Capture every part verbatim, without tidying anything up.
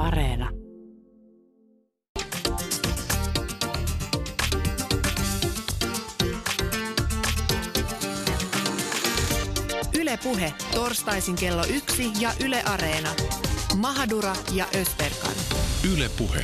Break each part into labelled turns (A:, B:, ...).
A: Areena.
B: Yle Puhe, torstaisin kello yksi ja Yle Areena. Mahadura ja Österkan.
C: Yle Puhe.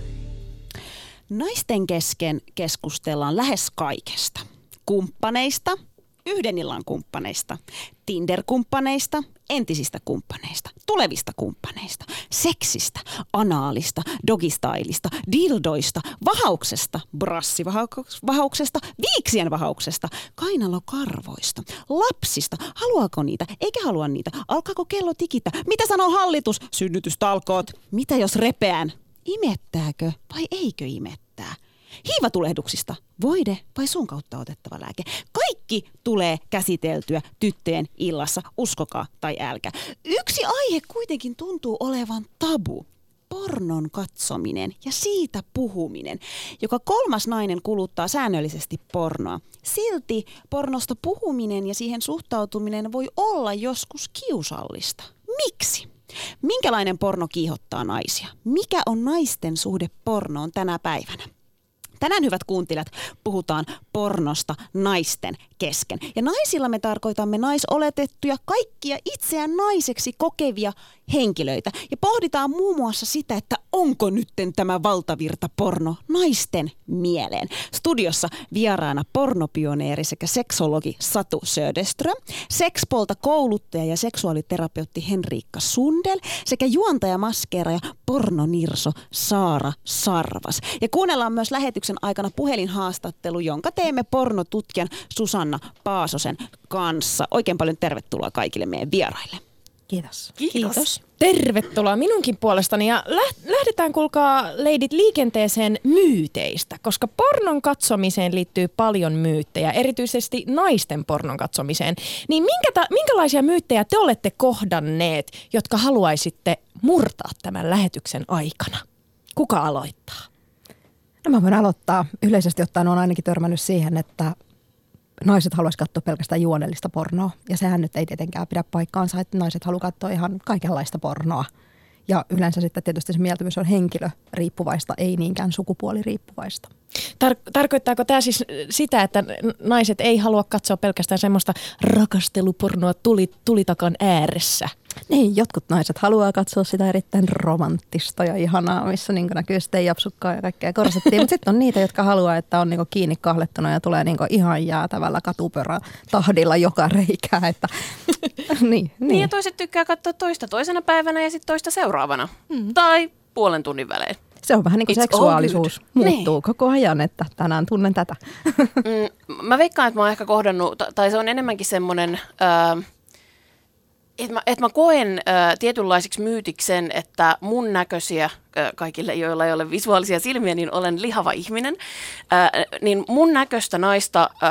D: Naisten kesken keskustellaan lähes kaikesta. Kumppaneista, yhden illan kumppaneista, Tinder-kumppaneista, entisistä kumppaneista, tulevista kumppaneista, seksistä, anaalista, dogistylista, dildoista, vahauksesta, brassivahauksesta, viiksien vahauksesta, kainalokarvoista, lapsista, haluaako niitä, eikä halua niitä, alkaako kello tikitä, mitä sanoo hallitus, synnytystalkoot, mitä jos repeän, imettääkö vai eikö imettää? Hiivatulehduksista, voide vai sun kautta otettava lääke. Kaikki tulee käsiteltyä tyttöjen illassa, uskokaa tai älkää. Yksi aihe kuitenkin tuntuu olevan tabu. Pornon katsominen ja siitä puhuminen. Joka kolmas nainen kuluttaa säännöllisesti pornoa. Silti pornosta puhuminen ja siihen suhtautuminen voi olla joskus kiusallista. Miksi? Minkälainen porno kiihottaa naisia? Mikä on naisten suhde pornoon tänä päivänä? Tänään, hyvät kuuntelijat, puhutaan pornosta naisten kesken. Ja naisilla me tarkoitamme naisoletettuja, kaikkia itseään naiseksi kokevia henkilöitä. Ja pohditaan muun muassa sitä, että onko nytten tämä valtavirta porno naisten mieleen. Studiossa vieraana pornopioneeri sekä seksologi Satu Söderström, Sexpolta kouluttaja ja seksuaaliterapeutti Henriikka Sundel sekä juontaja, maskeeraja, pornonirso Saara Sarvas. Ja kuunnellaan myös lähetyksen aikana puhelinhaastattelu, jonka teemme pornotutkijan Susanna Paasosen kanssa. Oikein paljon tervetuloa kaikille meidän vieraille.
E: Kiitos.
A: Kiitos.
E: Kiitos.
A: Tervetuloa minunkin puolestani ja lähdetään kuulkaa leidit liikenteeseen myyteistä, koska pornon katsomiseen liittyy paljon myyttejä, erityisesti naisten pornon katsomiseen. Niin minkä ta- minkälaisia myyttejä te olette kohdanneet, jotka haluaisitte murtaa tämän lähetyksen aikana? Kuka aloittaa?
E: No mä voin aloittaa. Yleisesti ottaen olen ainakin törmännyt siihen, että naiset haluaisivat katsoa pelkästään juonellista pornoa. Ja sehän nyt ei tietenkään pidä paikkaansa, että naiset haluavat katsoa ihan kaikenlaista pornoa. Ja yleensä sitten tietysti se mieltymys on henkilöriippuvaista, ei niinkään sukupuoliriippuvaista.
A: Tar- tarkoittaako tämä siis sitä, että naiset ei halua katsoa pelkästään semmoista rakastelupornoa tuli, tulitakan ääressä?
E: Niin, jotkut naiset haluaa katsoa sitä erittäin romanttista ja ihanaa, missä niin näkyy sitten japsukkaa ja kaikkea korsettia. Mutta sitten on niitä, jotka haluaa, että on niin kiinni kahlettuna ja tulee niin ihan jäätävällä katupörä tahdilla joka reikää. Että, niin, niin.
F: niin ja toiset tykkää katsoa toista toisena päivänä ja sitten toista seuraavana. Mm. Tai puolen tunnin välein.
E: Se on vähän niin kuin
F: It's
E: seksuaalisuus muuttuu
F: niin.
E: koko ajan, että tänään tunnen tätä.
F: Mm, mä veikkaan, että mä oon ehkä kohdannut, tai se on enemmänkin semmoinen, äh, että mä, et mä koen äh, tietynlaisiksi myytiksi sen, että mun näköisiä, äh, kaikille joilla ei ole visuaalisia silmiä, niin olen lihava ihminen, äh, niin mun näköistä naista äh,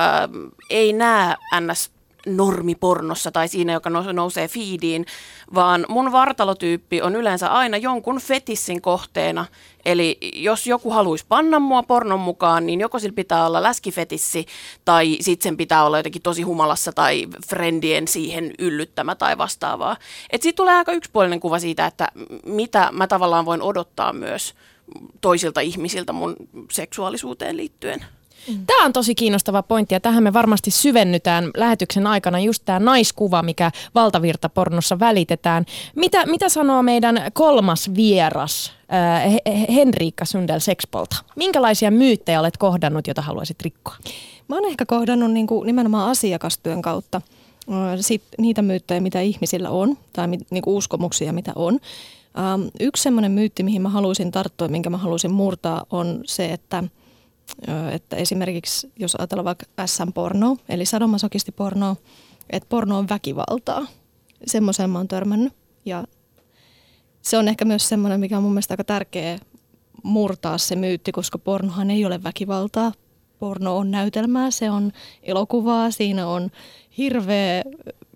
F: ei näe ns. Normipornossa tai siinä, joka nousee feediin, vaan mun vartalotyyppi on yleensä aina jonkun fetissin kohteena. Eli jos joku haluaisi panna mua pornon mukaan, niin joko sillä pitää olla läskifetissi tai sitten sen pitää olla jotenkin tosi humalassa tai friendien siihen yllyttämä tai vastaavaa. Että siitä tulee aika yksipuolinen kuva siitä, että mitä mä tavallaan voin odottaa myös toisilta ihmisiltä mun seksuaalisuuteen liittyen.
A: Tämä on tosi kiinnostava pointti ja tähän me varmasti syvennytään lähetyksen aikana just tämä naiskuva, mikä valtavirtapornossa välitetään. Mitä, mitä sanoo meidän kolmas vieras, äh, Henriikka Sundel Sexpolta? Minkälaisia myyttejä olet kohdannut, joita haluaisit rikkoa?
G: Mä oon ehkä kohdannut niin kuin nimenomaan asiakastyön kautta sit niitä myyttejä, mitä ihmisillä on tai niin kuin uskomuksia, mitä on. Ähm, yksi semmoinen myytti, mihin mä haluaisin tarttua, minkä mä haluaisin murtaa, on se, että että esimerkiksi jos ajatellaan vaikka äs äm-pornoa, eli sadomasokistipornoa, että porno on väkivaltaa. Semmoiseen mä oon törmännyt. Ja se on ehkä myös semmoinen, mikä on mun mielestä aika tärkeä murtaa se myytti, koska pornohan ei ole väkivaltaa. Porno on näytelmää, se on elokuvaa, siinä on hirveä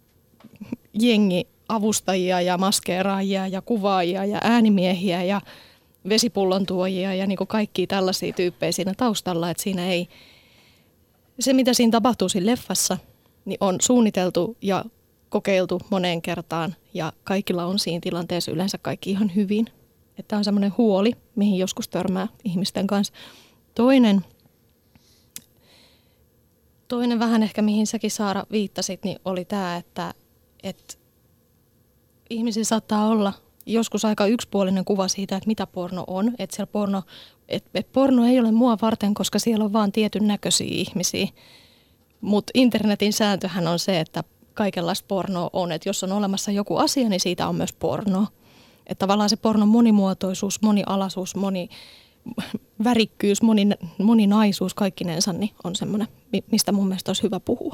G: jengi avustajia ja maskeeraajia ja kuvaajia ja äänimiehiä ja vesipullon tuojia ja niin kuin kaikkia tällaisia tyyppejä siinä taustalla, että siinä ei, se mitä siinä tapahtuu siinä leffassa, niin on suunniteltu ja kokeiltu moneen kertaan ja kaikilla on siinä tilanteessa yleensä kaikki ihan hyvin. Tämä on semmoinen huoli, mihin joskus törmää ihmisten kanssa. Toinen, toinen vähän ehkä, mihin säkin Saara viittasit, niin oli tämä, että, että ihmisillä saattaa olla joskus aika yksipuolinen kuva siitä, että mitä porno on. Että siellä porno, että, että porno ei ole mua varten, koska siellä on vaan tietyn näköisiä ihmisiä. Mutta internetin sääntöhän on se, että kaikenlaista pornoa on. Että jos on olemassa joku asia, niin siitä on myös porno. Että tavallaan se pornon monimuotoisuus, monialaisuus, moni värikkyys, moni, moninaisuus kaikkinensa niin on semmoinen, mistä mun mielestä olisi hyvä puhua.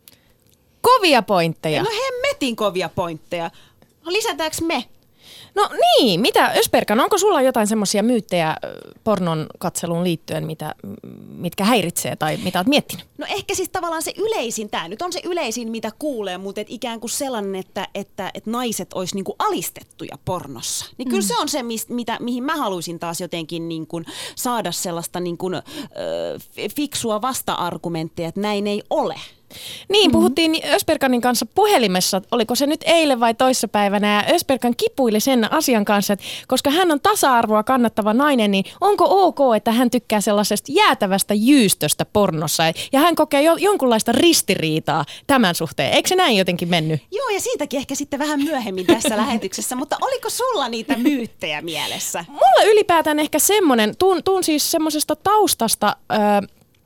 A: Kovia pointteja.
D: No hemmetin kovia pointteja. Lisätäänkö me?
A: No niin, mitä Ösperkan, onko sulla jotain semmoisia myyttejä pornon katseluun liittyen, mitä, mitkä häiritsee tai mitä oot miettinyt?
D: No ehkä siis tavallaan se yleisin, tämä nyt on se yleisin, mitä kuulee, mutta et ikään kuin sellainen, että, että, että naiset olisi niinku alistettuja pornossa. Niin kyllä mm. se on se, mitä, mihin mä haluaisin taas jotenkin niin kuin saada sellaista niin kuin, ö, fiksua vasta-argumenttia, että näin ei ole.
A: Niin, puhuttiin Ösperkanin kanssa puhelimessa, oliko se nyt eilen vai toissapäivänä, ja Ösperkan kipuili sen asian kanssa, että koska hän on tasa-arvoa kannattava nainen, niin onko ok, että hän tykkää sellaisesta jäätävästä jyystöstä pornossa, ja hän kokee jo, jonkunlaista ristiriitaa tämän suhteen. Eikö se näin jotenkin mennyt?
D: Joo, ja siitäkin ehkä sitten vähän myöhemmin tässä lähetyksessä, mutta oliko sulla niitä myyttejä mielessä?
A: Mulla ylipäätään ehkä semmoinen, tuun, tuun siis semmoisesta taustasta, öö,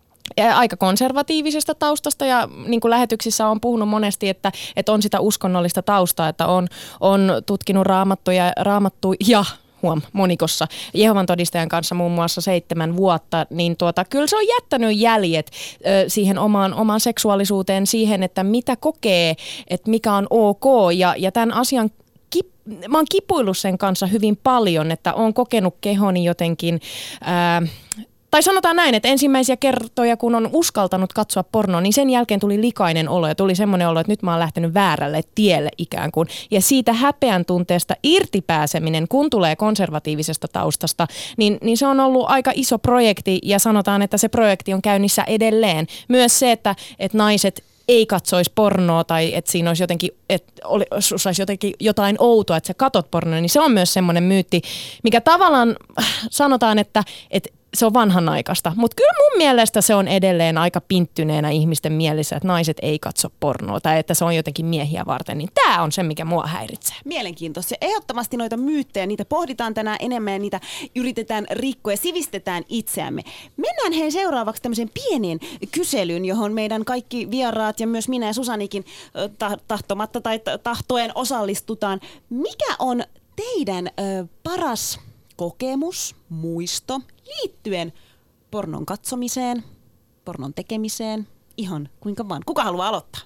A: aika konservatiivisesta taustasta ja niin kuin lähetyksissä on puhunut monesti, että, että on sitä uskonnollista taustaa, että on, on tutkinut raamattuja, raamattuja huom, monikossa Jehovan todistajan kanssa muun muassa seitsemän vuotta, niin tuota, kyllä se on jättänyt jäljet ö, siihen omaan, omaan seksuaalisuuteen, siihen, että mitä kokee, että mikä on ok ja, ja tämän asian kip, mä oon kipuillut sen kanssa hyvin paljon, että oon kokenut kehoni jotenkin ää, tai sanotaan näin, että ensimmäisiä kertoja, kun on uskaltanut katsoa pornoa, niin sen jälkeen tuli likainen olo ja tuli semmoinen olo, että nyt mä oon lähtenyt väärälle tielle ikään kuin. Ja siitä häpeän tunteesta irtipääseminen, kun tulee konservatiivisesta taustasta, niin, niin se on ollut aika iso projekti ja sanotaan, että se projekti on käynnissä edelleen. Myös se, että, että naiset ei katsoisi pornoa tai että siinä olisi jotenkin, että olisi jotenkin jotain outoa, että sä katot pornoa, niin se on myös semmoinen myytti, mikä tavallaan sanotaan, että, että se on vanhanaikaista, mutta kyllä mun mielestä se on edelleen aika pinttyneenä ihmisten mielessä, että naiset ei katso pornoa tai että se on jotenkin miehiä varten, niin tämä on se, mikä mua häiritsee.
D: Mielenkiintoista. Ehdottomasti noita myyttejä, niitä pohditaan tänään enemmän ja niitä yritetään rikkoa ja sivistetään itseämme. Mennään hei seuraavaksi tämmöiseen pieneen kyselyyn, johon meidän kaikki vieraat ja myös minä ja Susanikin tahtomatta tai tahtoen osallistutaan. Mikä on teidän ö, paras kokemus, muisto liittyen pornon katsomiseen, pornon tekemiseen, ihan kuinka vaan. Kuka haluaa aloittaa?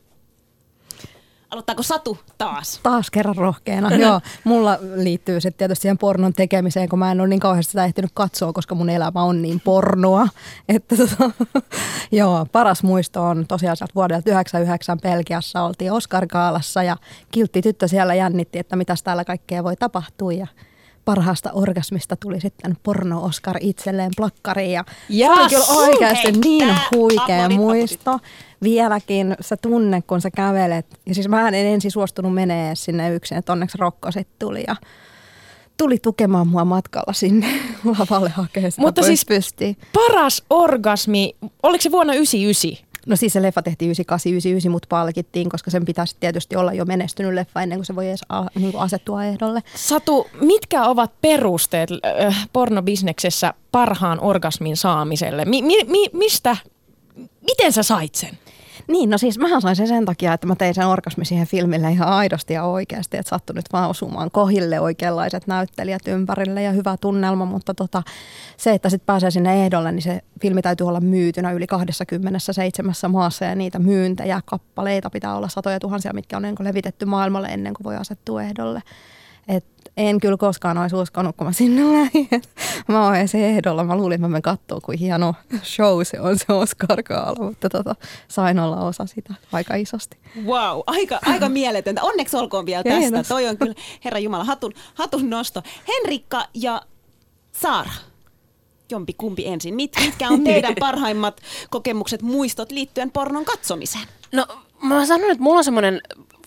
D: Aloittaako Satu taas?
E: Taas kerran rohkeana. Joo, mulla liittyy sitten tietysti siihen pornon tekemiseen, kun mä en ole niin kauheasti sitä ehtinyt katsoa, koska mun elämä on niin pornoa. Että tota, joo, paras muisto on tosiaan sieltä vuodelta yhdeksänkymmentäyhdeksän Belgiassa. Oltiin Oscar-gaalassa ja kiltti tyttö siellä jännitti, että mitäs täällä kaikkea voi tapahtua ja parhaasta orgasmista tuli sitten porno-Oscar itselleen plakkariin ja
A: yes.
E: se oli kyllä oikeasti
D: Hei,
E: niin huikea
D: aplodit,
E: muisto.
D: aplodit.
E: Vieläkin se tunne, kun sä kävelet. Ja siis mä en ensin suostunut menee sinne yksin, että onneksi Rokko sitten tuli ja tuli tukemaan mua matkalla sinne lavalle hakemaan sitä.
A: Mutta siis
E: pystiin.
A: Paras orgasmi, oliko se vuonna yhdeksänkymmentäyhdeksän?
E: No siis se leffa tehtiin yhdeksänkymmentäkahdeksan yhdeksänkymmentäyhdeksän, mutta palkittiin, koska sen pitäisi tietysti olla jo menestynyt leffa ennen kuin se voi edes a, niin kuin asettua ehdolle.
A: Satu, mitkä ovat perusteet äh, pornobisneksessä parhaan orgasmin saamiselle? Mi, mi, mi, mistä, miten sä sait sen?
E: Niin, no siis mähän sain sen sen takia, että mä tein sen orgasmi siihen filmille ihan aidosti ja oikeasti, että sattui nyt vaan osumaan kohille oikeanlaiset näyttelijät ympärille ja hyvä tunnelma, mutta tota, se, että sitten pääsee sinne ehdolle, niin se filmi täytyy olla myytynä yli kaksikymmentäseitsemän maassa ja niitä myyntejä, kappaleita pitää olla satoja tuhansia, mitkä on niin kuin levitetty maailmalle ennen kuin voi asettua ehdolle. Et en kyllä koskaan olisi uskonut, kun mä sinne lähdin. Mä oon edes ehdolla. Mä luulin, että mä menen katsoa, kuin hieno show se on se Oscar-gaala, mutta tota, sain olla osa sitä aika isosti.
D: Wow, aika, aika mieletöntä. Onneksi olkoon vielä tästä. Kiitos. Toi on kyllä, Herra Jumala, hatun, hatun nosto. Henrikka ja Saara, jompi kumpi ensin. Mit, mitkä on teidän parhaimmat kokemukset, muistot liittyen pornon katsomiseen?
F: No mä sanon, että mulla on semmoinen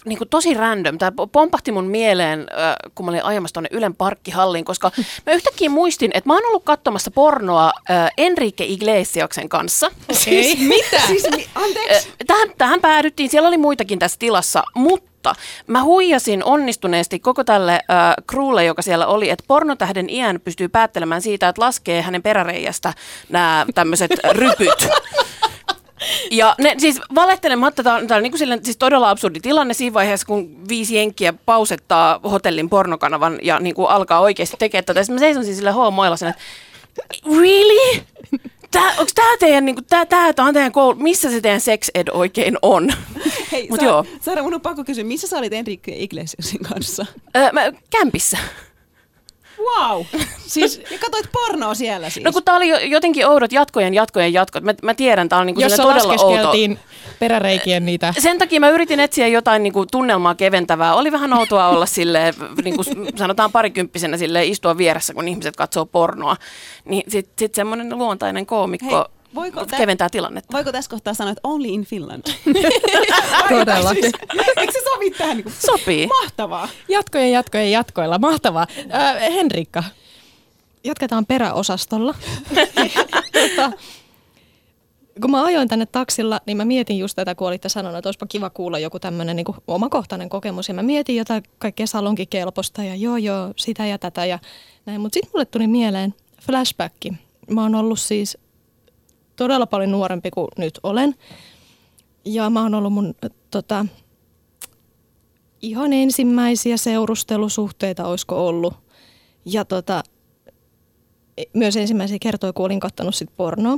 F: niin kuin tosi random. Tämä pompahti mun mieleen, äh, kun mä olin ajamassa tuonne Ylen parkkihalliin, koska mä yhtäkkiä muistin, että mä oon ollut katsomassa pornoa äh, Enrique Iglesiaksen kanssa.
A: Okay. Siis mitä?
D: Siis, anteeksi?
F: Äh, tähän, tähän päädyttiin, siellä oli muitakin tässä tilassa, mutta mä huijasin onnistuneesti koko tälle äh, crewlle, joka siellä oli, että pornotähden iän pystyy päättelemään siitä, että laskee hänen peräreijästä nämä tämmöiset rypyt. Ja ne siis valehtelematta, tämä on, tämä on niin kuin silleen, siis todella absurdi tilanne siinä vaiheessa, kun viisi jenkkiä pausettaa hotellin pornokanavan ja niin kuin alkaa oikeasti tekemään tätä. Sitten mä seison siis sille hoomoilla sen, että really? Tää, onko tämä teidän, niin kuin, tää, tää, tää on teidän koulu, missä se teidän sex ed oikein on?
D: Hei,
F: Mut
D: Sa-
F: joo.
D: Saara, mun on pakko kysyä, missä sä olit Enrique Iglesiasin kanssa?
F: Öö, mä, kämpissä.
D: Wow! Siis, ja katsoit pornoa siellä siis?
F: No kun tää oli jo, jotenkin oudot jatkojen jatkojen jatkot. Mä, mä tiedän, tää on niinku
A: Jossa
F: todella outo.
A: laskeskeltiin peräreikien niitä.
F: Sen takia mä yritin etsiä jotain niinku tunnelmaa keventävää. Oli vähän outoa olla silleen, niinku sanotaan parikymppisenä silleen istua vieressä, kun ihmiset katsoo pornoa. Niin sit, sit semmoinen luontainen koomikko
D: Hei, voiko tä-
F: keventää tilannetta.
D: Voiko tässä kohtaa sanoa, että only in Finland?
E: Todellakin.
D: Eikö se sovi tähän? Niin kuin,
F: Sopii.
D: mahtavaa.
A: Jatkojen jatkojen jatkoilla. Mahtavaa. Äh, Henrikka.
G: Jatketaan peräosastolla. tota, kun mä ajoin tänne taksilla, niin mä mietin just tätä, kun olitte sanonut, että olisipa kiva kuulla joku tämmöinen niin kuin omakohtainen kokemus. Ja mä mietin jotain kaikkea salonkikelpoista ja joo joo, sitä ja tätä ja näin. Mutta sitten mulle tuli mieleen flashback. Mä oon ollut siis todella paljon nuorempi kuin nyt olen. Ja mä oon ollut mun tota, ihan ensimmäisiä seurustelusuhteita, olisiko ollut. Ja tota, myös ensimmäisiä kertoja, kun olin kattanut sit pornoa.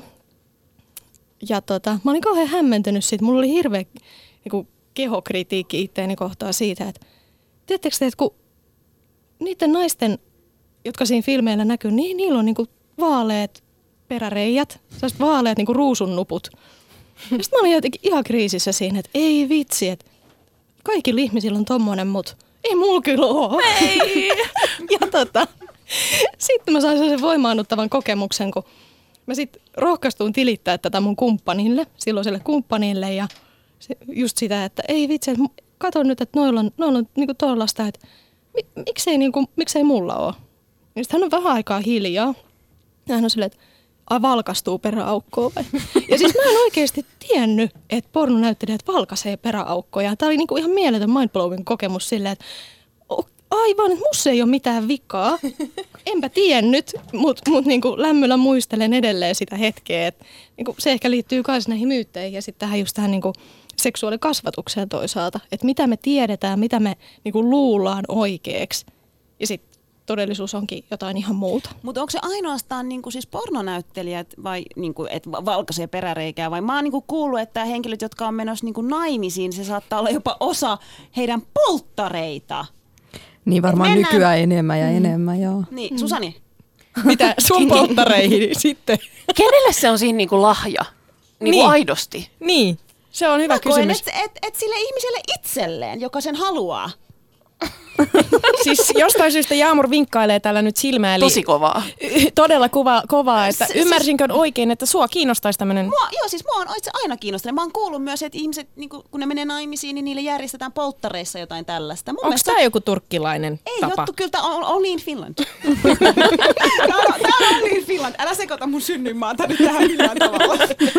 G: Ja tota, mä olin kauhean hämmentynyt siitä. Mulla oli hirveä niin kehokritiikki itteeni kohtaan siitä, että tiedättekö te, että kun niiden naisten, jotka siinä filmeillä näkyy, niin niillä on niin kuin vaaleat peräreijät, sellaiset vaaleat niin kuin ruusunnuput. Ja sitten mä olin jotenkin ihan kriisissä siinä, että ei vitsi, että kaikilla ihmisillä on tommonen, mut ei mulla kyllä ole. Ei. Ja tota, sitten mä sain sen voimaannuttavan kokemuksen, kun mä sitten rohkaistuin tilittää tätä mun kumppanille, silloiselle kumppanille ja se, just sitä, että ei vitsi, että kato nyt, että noilla on, noilla on niinku tollaista, että mi, miksei, niinku, miksei mulla ole. Ja sitten hän on vähän aikaa hiljaa ja hän on silleen, että ai valkastuu peräaukkoon vai? Ja siis mä en oikeasti tiennyt, että pornonäyttelijät valkaisee peräaukkoja. Tämä oli niinku ihan mieletön mindblowing kokemus silleen, että aivan, että musta ei ole mitään vikaa. Enpä tiennyt, mutta mut niinku lämmöllä muistelen edelleen sitä hetkeä. Et niinku se ehkä liittyy myös näihin myytteihin ja sitten tähän just tähän niinku seksuaalikasvatukseen toisaalta. Että mitä me tiedetään, mitä me niinku luullaan oikeaksi. Ja sitten todellisuus onkin jotain ihan muuta.
D: Mutta onko se ainoastaan niinku siis pornonäyttelijät vai niinku, et valkaisee peräreikää vai mä oon niinku kuullut, että henkilöt, jotka on menossa niinku naimisiin, se saattaa olla jopa osa heidän polttareita.
E: Niin varmaan
D: Mennään.
E: nykyään enemmän ja enemmän, joo.
D: Niin, Susani?
A: Mitä sun polttareihin sitten?
F: Kenelle se on siinä niinku lahja? Niinku
A: Niin.
F: aidosti.
A: Niin, se on hyvä
D: Mä koen,
A: kysymys.
D: että et, et sille ihmiselle itselleen, joka sen haluaa.
A: Siis jostain syystä Jaamur vinkkailee tällä nyt silmää. Eli
F: Tosi kovaa.
A: y- todella kuva, kovaa, että
D: Se-
A: ymmärsinkö oikein, että sua kiinnostaisi tämmöinen.
D: Mua, joo, siis mua on itse aina kiinnostunut. Mä oon kuullut myös, että ihmiset, niin kun ne menee naimisiin, niin niille järjestetään polttareissa jotain tällaista. Mun
A: Onko
D: mielestä-
A: tämä joku turkkilainen
D: Ei,
A: tapa?
D: Jottu, kyllä tämä on only in Finland. Tämä on, tää on only in Finland. Älä sekoita mun synnynmaata nyt tähän millään tavalla.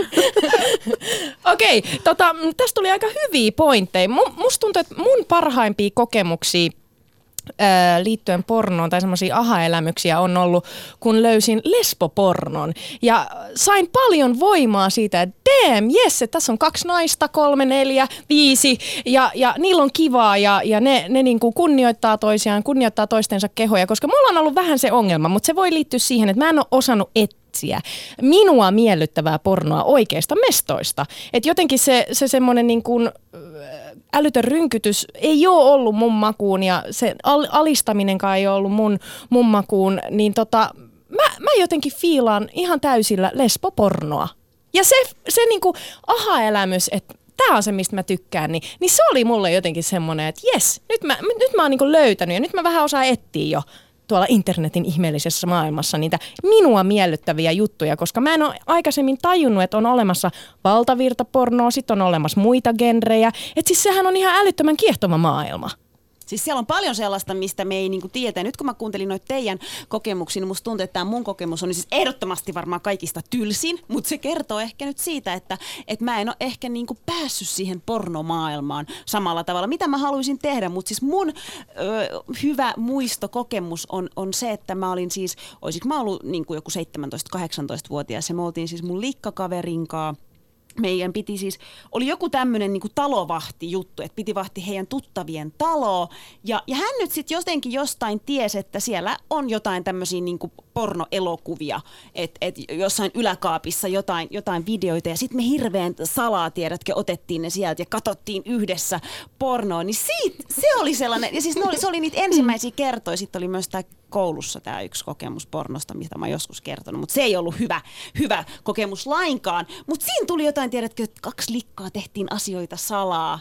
A: Okei, tota, m, tästä tuli aika hyviä pointteja. Mu- musta tuntuu, että mun parhaimpia kokemuksia ää, liittyen pornoon tai semmoisia aha-elämyksiä on ollut, kun löysin lesbopornon. Ja sain paljon voimaa siitä, että damn, jes, että tässä on kaksi naista, kolme, neljä, viisi, ja, ja niillä on kivaa, ja, ja ne, ne niinku kunnioittaa toisiaan, kunnioittaa toistensa kehoja, koska mulla on ollut vähän se ongelma, mutta se voi liittyä siihen, että mä en ole osannut etsiä minua miellyttävää pornoa oikeista mestoista. Että jotenkin se, se semmoinen niin kuin älytön rynkytys ei ole ollut mun makuun ja se al- alistaminenkaan ei ole ollut mun, mun makuun, niin tota, mä, mä jotenkin fiilaan ihan täysillä lesbopornoa. Ja se, se niinku aha-elämys, että tää on se, mistä mä tykkään, niin, niin se oli mulle jotenkin semmoinen, että jes, nyt mä, nyt mä oon niinku löytänyt ja nyt mä vähän osaan etsiä jo tuolla internetin ihmeellisessä maailmassa niitä minua miellyttäviä juttuja, koska mä en ole aikaisemmin tajunnut, että on olemassa valtavirtapornoa, sitten on olemassa muita genrejä. Että siis sehän on ihan älyttömän kiehtova maailma.
D: Siis siellä on paljon sellaista, mistä me ei niinku tiedä. Nyt kun mä kuuntelin noita teidän kokemuksia, niin musta tuntuu, että tämä mun kokemus on siis ehdottomasti varmaan kaikista tylsin, mutta se kertoo ehkä nyt siitä, että, että mä en ole ehkä niinku päässyt siihen pornomaailmaan samalla tavalla, mitä mä haluaisin tehdä. Mutta siis mun ö, hyvä muistokokemus on, on se, että mä olin siis, olisiko mä ollut niinku joku seitsemäntoista-kahdeksantoista-vuotias ja me oltiin siis mun likkakaverinkaan. Meidän piti siis, oli joku tämmöinen niinku talovahti juttu, että piti vahti heidän tuttavien taloa. Ja, ja hän nyt sitten jotenkin jostain tiesi, että siellä on jotain tämmöisiä niinku pornoelokuvia, että et jossain yläkaapissa jotain, jotain videoita. Ja sitten me hirveän salaa, tiedätkö, otettiin ne sieltä ja katsottiin yhdessä pornoa. Niin siitä, se oli sellainen, ja siis oli, se oli niitä ensimmäisiä kertoja. Sitten oli myös tämä koulussa tämä yksi kokemus pornosta, mistä mä oon joskus kertonut, mutta se ei ollut hyvä, hyvä kokemus lainkaan. Mutta siinä tuli jotain, tiedätkö, että kaksi likkaa tehtiin asioita salaa.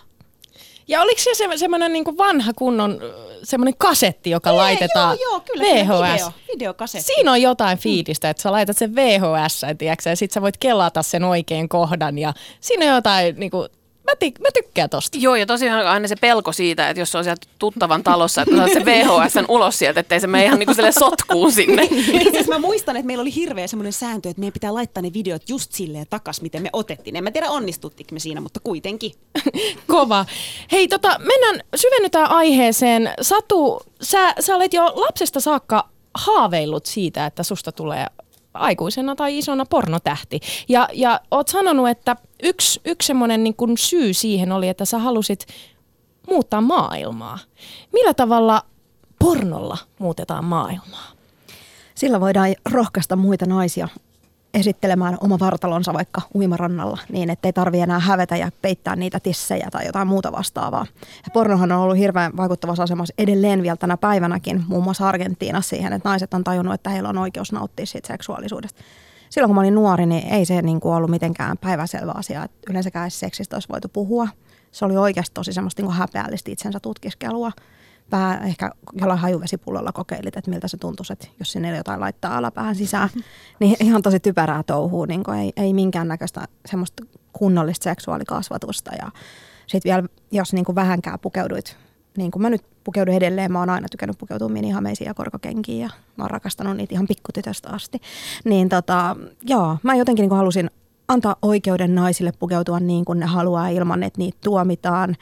A: Ja oliko se se semmoinen niinku vanha kunnon semmoinen kasetti, joka
D: Ei,
A: laitetaan
D: joo, joo, kyllä,
A: V H S?
D: Video, videokasetti.
A: Siinä on jotain fiilistä, että sä laitat sen V H S, tiiäksä, ja sit sä voit kelata sen oikein kohdan ja siinä on jotain niinku... Mä, ty- mä tykkään tosta.
F: Joo, ja tosiaan aina se pelko siitä, että jos se on sieltä tuttavan talossa, että saat se V H S:n ulos sieltä, ettei se mene ihan niin kuin sotkuun sinne.
D: Siis mä muistan, että meillä oli hirveä semmoinen sääntö, että meidän pitää laittaa ne videot just silleen takas, miten me otettiin. En mä tiedä, onnistuttiinko me siinä, mutta kuitenkin.
A: Kova. Hei, tota, mennään, syvennytään aiheeseen. Satu, sä, sä olet jo lapsesta saakka haaveillut siitä, että susta tulee aikuisena tai isona pornotähti. Ja, ja oot sanonut, että yksi, yksi semmoinen niin kuin syy siihen oli, että sä halusit muuttaa maailmaa. Millä tavalla pornolla muutetaan maailmaa?
E: Sillä voidaan rohkaista muita naisia esittelemään oma vartalonsa vaikka uimarannalla niin, ettei tarvitse enää hävetä ja peittää niitä tissejä tai jotain muuta vastaavaa. Ja pornohan on ollut hirveän vaikuttavassa asemassa edelleen vielä tänä päivänäkin, muun muassa Argentiinassa siihen, että naiset on tajunnut, että heillä on oikeus nauttia siitä seksuaalisuudesta. Silloin kun mä olin nuori, niin ei se niin kuin ollut mitenkään päiväselvä asia, että yleensäkään seksistä olisi voitu puhua. Se oli oikeasti tosi semmoista niin kuin häpeällistä itsensä tutkiskelua. Vähän ehkä jollain hajuvesipullolla kokeilit, että miltä se tuntuisi, että jos sinne jotain laittaa alapäähän sisään. Niin ihan tosi typerää touhua, niin ei, ei minkäännäköistä semmoista kunnollista seksuaalikasvatusta. Ja sitten vielä, jos niin kuin vähänkään pukeuduit, niin kuin mä nyt pukeudun edelleen, mä oon aina tykännyt pukeutua minihameisiin ja korkokenkiin ja mä oon rakastanut niitä ihan pikkutytöstä asti. Niin tota, joo, mä jotenkin niin kuin halusin antaa oikeuden naisille pukeutua niin kuin ne haluaa ilman, että niitä tuomitaan.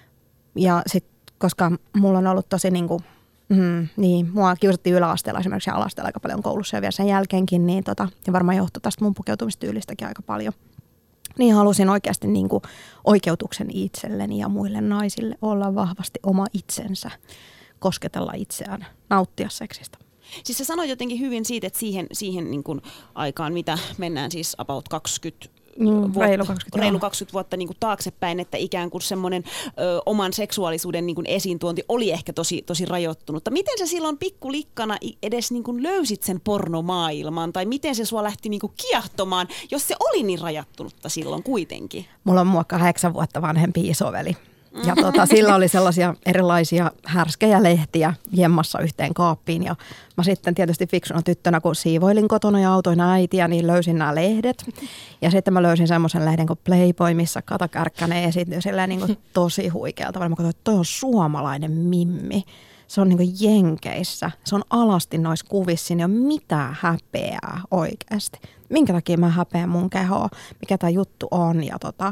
E: Ja sitten koska mulla on ollut tosi niin kuin, mm, niin, mua kiusattiin yläasteella esimerkiksi ja alasteella aika paljon koulussa ja vielä sen jälkeenkin, niin tota, ja varmaan johtui tästä mun pukeutumistyylistäkin aika paljon. Niin halusin oikeasti niin kuin oikeutuksen itselleni ja muille naisille olla vahvasti oma itsensä, kosketella itseään, nauttia seksistä.
D: Siis sä sanoit jotenkin hyvin siitä, että siihen, siihen niin kuin aikaan, mitä mennään siis about kaksikymmentä
E: Mm,
D: vuotta,
E: reilu kaksikymmentä,
D: reilu kaksikymmentä vuotta niin kuin taaksepäin, että ikään kuin semmoinen ö, oman seksuaalisuuden niin kuin esiintuonti oli ehkä tosi, tosi rajoittunutta. Miten sä silloin pikkulikkana edes niin kuin löysit sen pornomaailman, tai miten se sua lähti niin kuin kiehtomaan, jos se oli niin rajattunutta silloin kuitenkin?
E: Mulla on mua kahdeksan vuotta vanhempi isoveli. Ja tota, sillä oli sellaisia erilaisia härskejä lehtiä jemmassa yhteen kaappiin. Ja mä sitten tietysti fiksuna tyttönä, kun siivoilin kotona ja autoin äitiä, niin löysin nämä lehdet. Ja sitten mä löysin semmoisen lehden kuin Playboy, missä Kata Kärkkänen esiintyi silleen niin kuin tosi huikealta. Mä katsoin, että toi on suomalainen mimmi. Se on niin kuin Jenkeissä. Se on alasti noissa kuvissa. Siinä ei ole mitään häpeää oikeasti. Minkä takia mä häpeän mun kehoa? Mikä tää juttu on? Ja tota...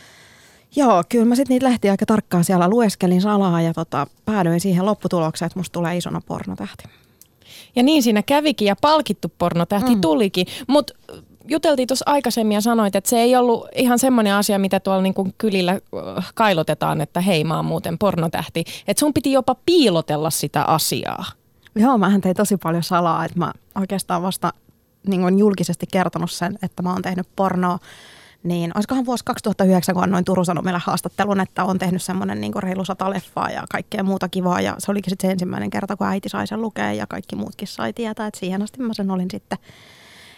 E: Joo, kyllä mä sitten niitä lehtiä aika tarkkaan siellä lueskelin salaa ja tota, päädyin siihen lopputulokseen, että musta tulee isona pornotähti.
A: Ja niin siinä kävikin ja palkittu pornotähti mm. tulikin, mutta juteltiin tuossa aikaisemmin ja sanoit, että se ei ollut ihan semmoinen asia, mitä tuolla niinku kylillä kailotetaan, että hei mä oon muuten pornotähti. Että sun piti jopa piilotella sitä asiaa.
E: Joo, mähän tein tosi paljon salaa, että mä oikeastaan vasta niin olen julkisesti kertonut sen, että mä oon tehnyt pornoa. Niin, olisikohan vuosi kaksituhattayhdeksän, kun annoin Turun Sanomille haastattelun, että on tehnyt semmoinen niin kuin reilu sata leffaa ja kaikkea muuta kivaa. Ja se olikin sitten se ensimmäinen kerta, kun äiti sai sen lukea ja kaikki muutkin sai tietää, että siihen asti mä sen olin sitten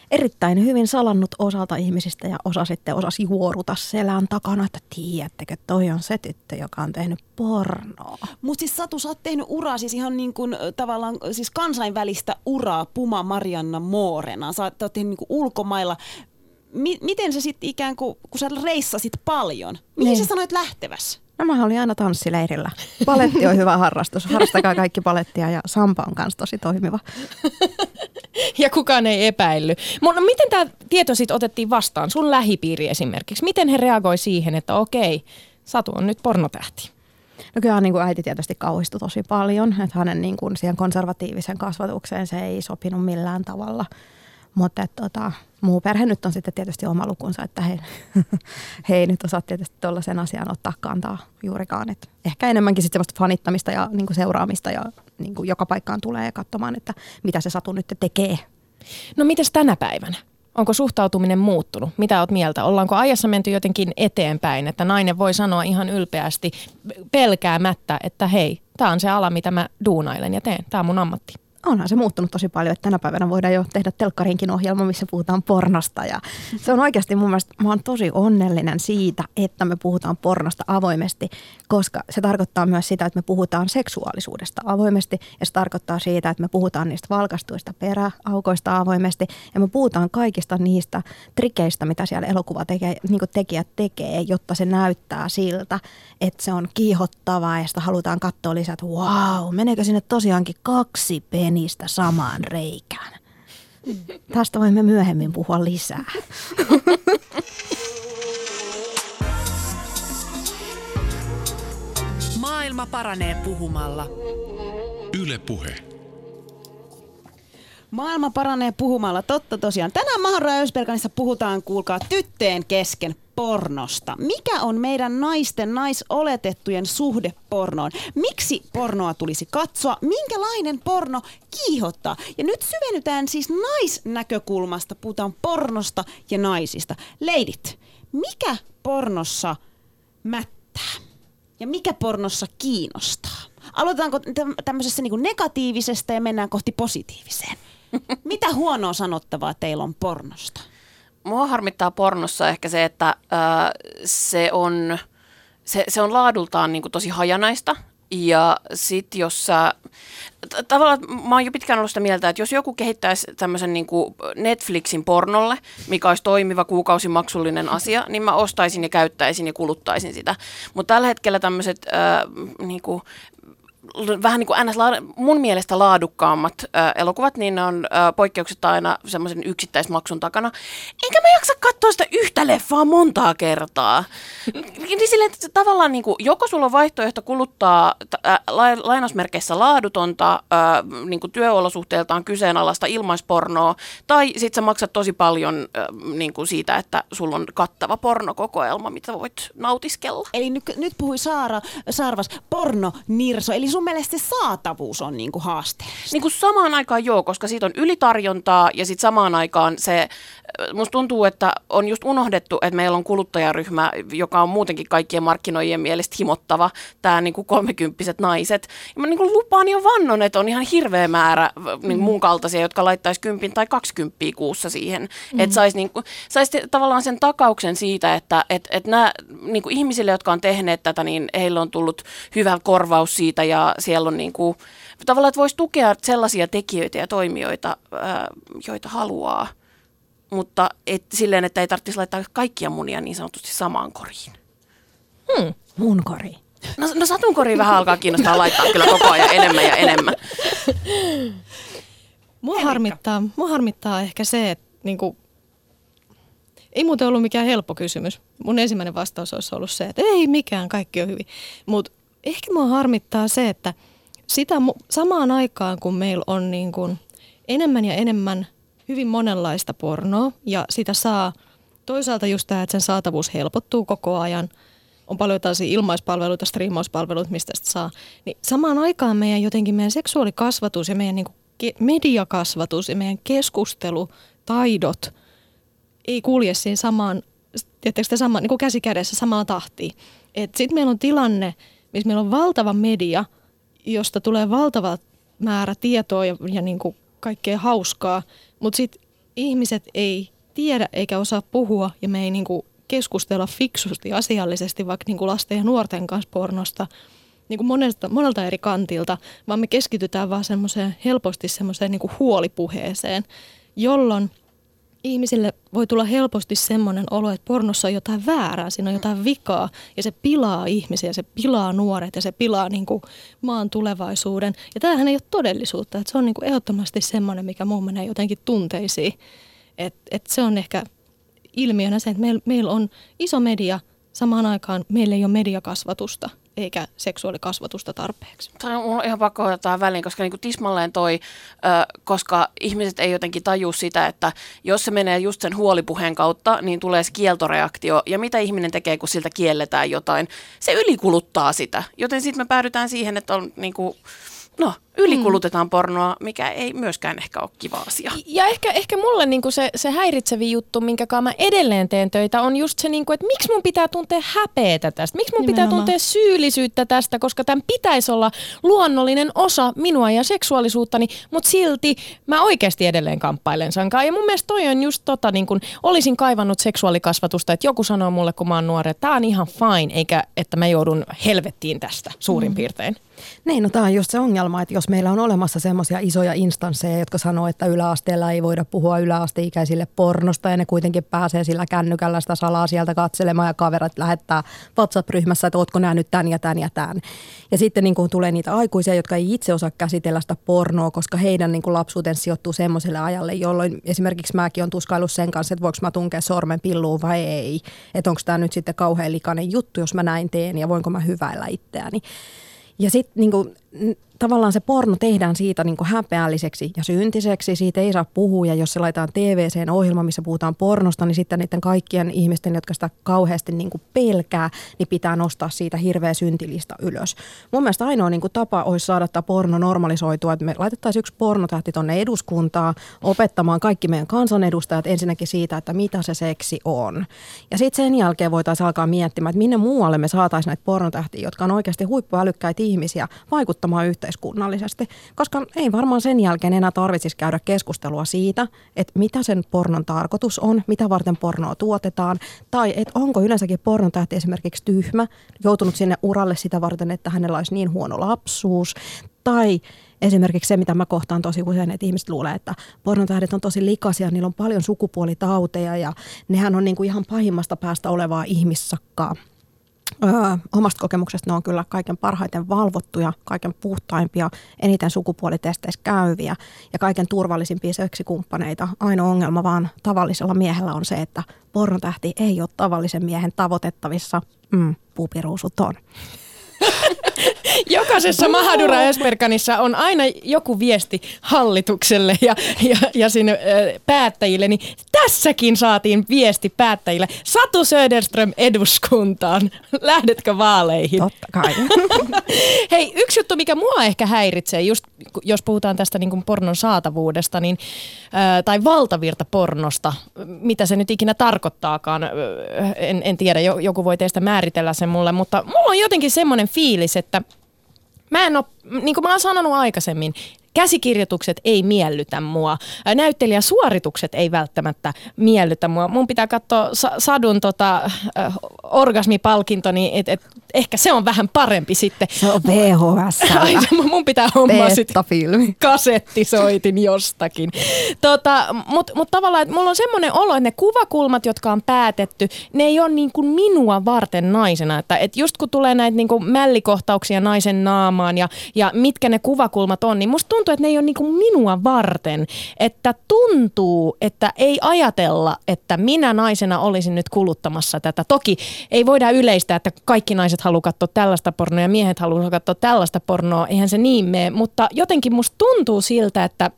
E: erittäin hyvin salannut osalta ihmisistä ja osa sitten osasi juoruta selän takana, että tiedättekö, toi on se tyttö, joka on tehnyt pornoa.
D: Mutta siis Satu, sä oot tehnyt uraa, siis ihan niin kuin tavallaan siis kansainvälistä uraa Puma Marianna Moorena. Sä oot tehnyt niin kuin ulkomailla. M- miten sä sitten ikään kuin, kun sä reissasit paljon, mihin niin. sä sanoit lähtevässä?
E: No mä olin aina tanssileirillä. Paletti on hyvä harrastus. Harrastakaa kaikki palettia ja sampa on kanssa tosi toimiva.
A: Ja kukaan ei epäilly. Mutta miten tämä tieto sitten otettiin vastaan? Sun lähipiiri esimerkiksi. Miten he reagoi siihen, että okei, Satu on nyt pornotähti?
E: No kyllä niin kuin äiti tietysti kauhistui tosi paljon. Että hänen niin kuin siihen konservatiivisen kasvatukseen se ei sopinut millään tavalla. Mutta tota, muu perhe nyt on sitten tietysti oma lukunsa, että he, he ei nyt osaa tietysti tuollaisen asian ottaa kantaa juurikaan. Et ehkä enemmänkin sitten semmoista fanittamista ja niinku seuraamista ja niinku joka paikkaan tulee katsomaan, että mitä se Satu nyt tekee.
A: No mites tänä päivänä? Onko suhtautuminen muuttunut? Mitä oot mieltä? Ollaanko ajassa menty jotenkin eteenpäin, että nainen voi sanoa ihan ylpeästi pelkäämättä, että hei, tää on se ala, mitä mä duunailen ja teen. Tää on mun ammatti.
E: Onhan se muuttunut tosi paljon, että tänä päivänä voidaan jo tehdä telkkarinkin ohjelma, missä puhutaan pornosta. Ja se on oikeasti mun mielestä, mä oon tosi onnellinen siitä, että me puhutaan pornosta avoimesti, koska se tarkoittaa myös sitä, että me puhutaan seksuaalisuudesta avoimesti. Ja se tarkoittaa siitä, että me puhutaan niistä valkastuista peräaukoista avoimesti. Ja me puhutaan kaikista niistä trikeistä, mitä siellä elokuvatekijät tekee, jotta se näyttää siltä, että se on kiihottavaa ja sitä halutaan katsoa lisää, että wow, meneekö sinne tosiaankin kaksi penistä samaan reikään. Tästä voimme myöhemmin puhua lisää.
B: Maailma paranee puhumalla.
C: Yle Puhe.
D: Maailma paranee puhumalla. Totta tosiaan. Tänään Mahadura ja Ösberganissa puhutaan, kuulkaa, tyttöjen kesken pornosta. Mikä on meidän naisten, naisoletettujen suhde pornoon? Miksi pornoa tulisi katsoa? Minkälainen porno kiihottaa? Ja nyt syvennytään siis naisnäkökulmasta. Puhutaan pornosta ja naisista. Leidit, mikä pornossa mättää? Ja mikä pornossa kiinnostaa? Aloitetaanko tämmöisessä niin kuin negatiivisesta ja mennään kohti positiiviseen? Mitä huonoa sanottavaa teillä on pornosta?
F: Mua harmittaa pornossa ehkä se, että ää, se, on, se, se on laadultaan niin kuin tosi hajanaista. Ja sit jos sä, t- tavallaan mä oon jo pitkään ollut sitä mieltä, että jos joku kehittäisi tämmöisen niin kuin Netflixin pornolle, mikä olisi toimiva kuukausimaksullinen asia, niin mä ostaisin ja käyttäisin ja kuluttaisin sitä. Mutta tällä hetkellä tämmöiset äh, niin kuin vähän niin kuin ns. Mun mielestä laadukkaammat ää, elokuvat, niin ne on ää, poikkeuksetta aina semmoisen yksittäismaksun takana. Enkä mä jaksa katsoa sitä yhtä leffaa montaa kertaa. Niin silleen, että tavallaan niin kuin, joko sulla on vaihtoehto kuluttaa ää, lainausmerkeissä laadutonta, ää, niin kuin työolosuhteeltaan kyseenalaista ilmaispornoa, tai sit sä maksat tosi paljon ää, niin kuin siitä, että sulla on kattava pornokokoelma, mitä voit nautiskella.
D: Eli nyt, nyt puhui Saara Sarvas, pornonirso, eli sun mielestä se saatavuus on niinku haasteellista?
F: Niin kuin samaan aikaan joo, koska siitä on ylitarjontaa ja sitten samaan aikaan se, musta tuntuu, että on just unohdettu, että meillä on kuluttajaryhmä, joka on muutenkin kaikkien markkinoijien mielestä himottava, tämä niinku kolmekymppiset naiset. Ja mä niinku lupaan ja vannon, että on ihan hirveä määrä niin mun kaltaisia, jotka laittaisi kympin tai kaksikymppiä kuussa siihen. Mm. Että saisi niinku, sais tavallaan sen takauksen siitä, että et, et nämä niinku ihmisille, jotka on tehneet tätä, niin heillä on tullut hyvä korvaus siitä ja siellä on niinku, tavallaan, että voisi tukea sellaisia tekijöitä ja toimijoita, ää, joita haluaa, mutta et, silleen, että ei tarvitsisi laittaa kaikkia munia niin sanotusti samaan koriin.
E: Hmm. Mun kori.
F: No, no Satun koriin vähän alkaa kiinnostaa laittaa kyllä koko ajan enemmän ja enemmän.
G: Mua harmittaa, mua harmittaa ehkä se, että niinku, ei muuten ollut mikään helppo kysymys. Mun ensimmäinen vastaus olisi ollut se, että ei mikään, kaikki on hyvin. Mutta ehkä mua harmittaa se, että sitä samaan aikaan, kun meillä on niin kuin enemmän ja enemmän hyvin monenlaista pornoa ja sitä saa toisaalta just tämä, että sen saatavuus helpottuu koko ajan. On paljon tällaisia ilmaispalveluita, striimauspalveluita, mistä sitä saa. Niin samaan aikaan meidän jotenkin meidän seksuaalikasvatus ja meidän niin kuin mediakasvatus ja meidän keskustelutaidot ei kulje siinä samaan, tietysti samaan, niin kuin käsi kädessä samaan tahtiin. Sitten meillä on tilanne, missä meillä on valtava media, josta tulee valtava määrä tietoa ja, ja niin kuin kaikkea hauskaa, mutta sitten ihmiset ei tiedä eikä osaa puhua ja me ei niin kuin keskustella fiksusti, asiallisesti vaikka niin kuin lasten ja nuorten kanssa pornosta niin kuin monelta, monelta eri kantilta, vaan me keskitytään vaan semmoiseen helposti semmoiseen niin kuin huolipuheeseen, jolloin ihmisille voi tulla helposti semmoinen olo, että pornossa on jotain väärää, siinä on jotain vikaa ja se pilaa ihmisiä, se pilaa nuoret ja se pilaa niin kuin maan tulevaisuuden. Ja tämähän ei ole todellisuutta, että se on niin kuin ehdottomasti semmoinen, mikä muun menee jotenkin tunteisiin. Että et se on ehkä ilmiönä se, että meillä meil on iso media, samaan aikaan meillä ei ole mediakasvatusta eikä seksuaalikasvatusta tarpeeksi.
F: Tämä on ihan pakko ottaa väliin, koska niin kuin tismalleen toi, ö, koska ihmiset ei jotenkin tajua sitä, että jos se menee just sen huolipuheen kautta, niin tulee se kieltoreaktio. Ja mitä ihminen tekee, kun siltä kielletään jotain? Se ylikuluttaa sitä. Joten sitten me päädytään siihen, että on niin kuin, no, ylikulutetaan pornoa, mikä ei myöskään ehkä ole kiva asia.
A: Ja ehkä, ehkä mulle niinku se, se häiritsevi juttu, minkä kanssa mä edelleen teen töitä, on just se, niinku, että miksi mun pitää tuntea häpeetä tästä? Miksi mun Nimenomaan. pitää tuntea syyllisyyttä tästä? Koska tämän pitäisi olla luonnollinen osa minua ja seksuaalisuuttani, mutta silti mä oikeasti edelleen kamppailen sankaan. Ja mun mielestä toi on just tota, niin kun olisin kaivannut seksuaalikasvatusta, että joku sanoo mulle, kun mä oon nuori, että tää on ihan fine, eikä että mä joudun helvettiin tästä suurin mm. piirtein.
E: Niin, no tämä on just se ongelma, että jos meillä on olemassa semmoisia isoja instansseja, jotka sanoo, että yläasteella ei voida puhua yläasteikäisille pornosta ja ne kuitenkin pääsee sillä kännykällä sitä salaa sieltä katselemaan ja kaverit lähettää WhatsApp-ryhmässä, että ootko nähnyt tän ja tän ja tän. Ja sitten niin kuin tulee niitä aikuisia, jotka ei itse osaa käsitellä sitä pornoa, koska heidän niin kuin lapsuutensa sijoittuu semmoiselle ajalle, jolloin esimerkiksi mäkin on tuskaillut sen kanssa, että voinko mä tunkea sormen pilluun vai ei. Että onko tämä nyt sitten kauhean likainen juttu, jos mä näin teen ja voinko mä hyväillä itseäni. Ja sitten niinku, tavallaan se porno tehdään siitä niinku häpeälliseksi ja syntiseksi, siitä ei saa puhua ja jos se laitetaan T V-seen ohjelma, missä puhutaan pornosta, niin sitten niiden kaikkien ihmisten, jotka sitä kauheasti niinku pelkää, niin pitää nostaa siitä hirveä syntilista ylös. Mun mielestä ainoa niinku tapa olisi saada tämä porno normalisoitua, että me laitettaisiin yksi pornotähti tuonne eduskuntaan opettamaan kaikki meidän kansanedustajat ensinnäkin siitä, että mitä se seksi on. Ja sitten sen jälkeen voitaisiin alkaa miettimään, että minne muualle me saataisiin näitä pornotähtiä, jotka on oikeasti huippuälykkäitä ihmisiä vaikuttamaan yhteiskunnallisesti, koska ei varmaan sen jälkeen enää tarvitsisi käydä keskustelua siitä, että mitä sen pornon tarkoitus on, mitä varten pornoa tuotetaan, tai että onko yleensäkin pornotähti esimerkiksi tyhmä, joutunut sinne uralle sitä varten, että hänellä olisi niin huono lapsuus, tai esimerkiksi se, mitä mä kohtaan tosi usein, että ihmiset luulee, että pornotähdet on tosi likaisia, niillä on paljon sukupuolitauteja ja nehän on niin kuin ihan pahimmasta päästä olevaa ihmissakkaa. Öö, omasta kokemuksesta ne on kyllä kaiken parhaiten valvottuja, kaiken puhtaimpia, eniten sukupuolitesteissä käyviä ja kaiken turvallisimpia seksikumppaneita. Ainoa ongelma vaan tavallisella miehellä on se, että pornotähti ei ole tavallisen miehen tavoitettavissa. Mm, puupiruusut on.
A: Jokaisessa Mahadura Esperkanissa on aina joku viesti hallitukselle ja, ja, ja sinne äh, päättäjille, niin tässäkin saatiin viesti päättäjille. Satu Söderström eduskuntaan. Lähdetkö vaaleihin?
E: Totta kai.
A: Hei, yksi juttu, mikä mua ehkä häiritsee, just jos puhutaan tästä niin kuin pornon saatavuudesta, niin, äh, tai valtavirta pornosta, mitä se nyt ikinä tarkoittaakaan, äh, en, en tiedä, joku voi teistä määritellä sen mulle, mutta mulla on jotenkin semmoinen fiilis, että mä en ole, niin kuin mä oon sanonut aikaisemmin, käsikirjoitukset ei miellytä mua. Näyttelijäsuoritukset ei välttämättä miellytä mua. Mun pitää katsoa sa- Sadun tota, äh, orgasmipalkinto, niin et, et, ehkä se on vähän parempi sitten.
E: Se on V H S.
A: Mun pitää hommaa sitten
E: filmi.
A: Kasettisoitin jostakin. Tota, Mutta mut tavallaan, että mulla on semmoinen olo, että ne kuvakulmat, jotka on päätetty, ne ei ole niin kuin minua varten naisena. Että et just kun tulee näitä niin kuin mällikohtauksia naisen naamaan ja, ja mitkä ne kuvakulmat on, niin musta tuntuu, että ne ei ole niin kuin minua varten. Että tuntuu, että ei ajatella, että minä naisena olisin nyt kuluttamassa tätä. Toki ei voida yleistää, että kaikki naiset haluaa katsoa tällaista pornoa ja miehet haluaa katsoa tällaista pornoa. Eihän se niin mene, mutta jotenkin musta tuntuu siltä, että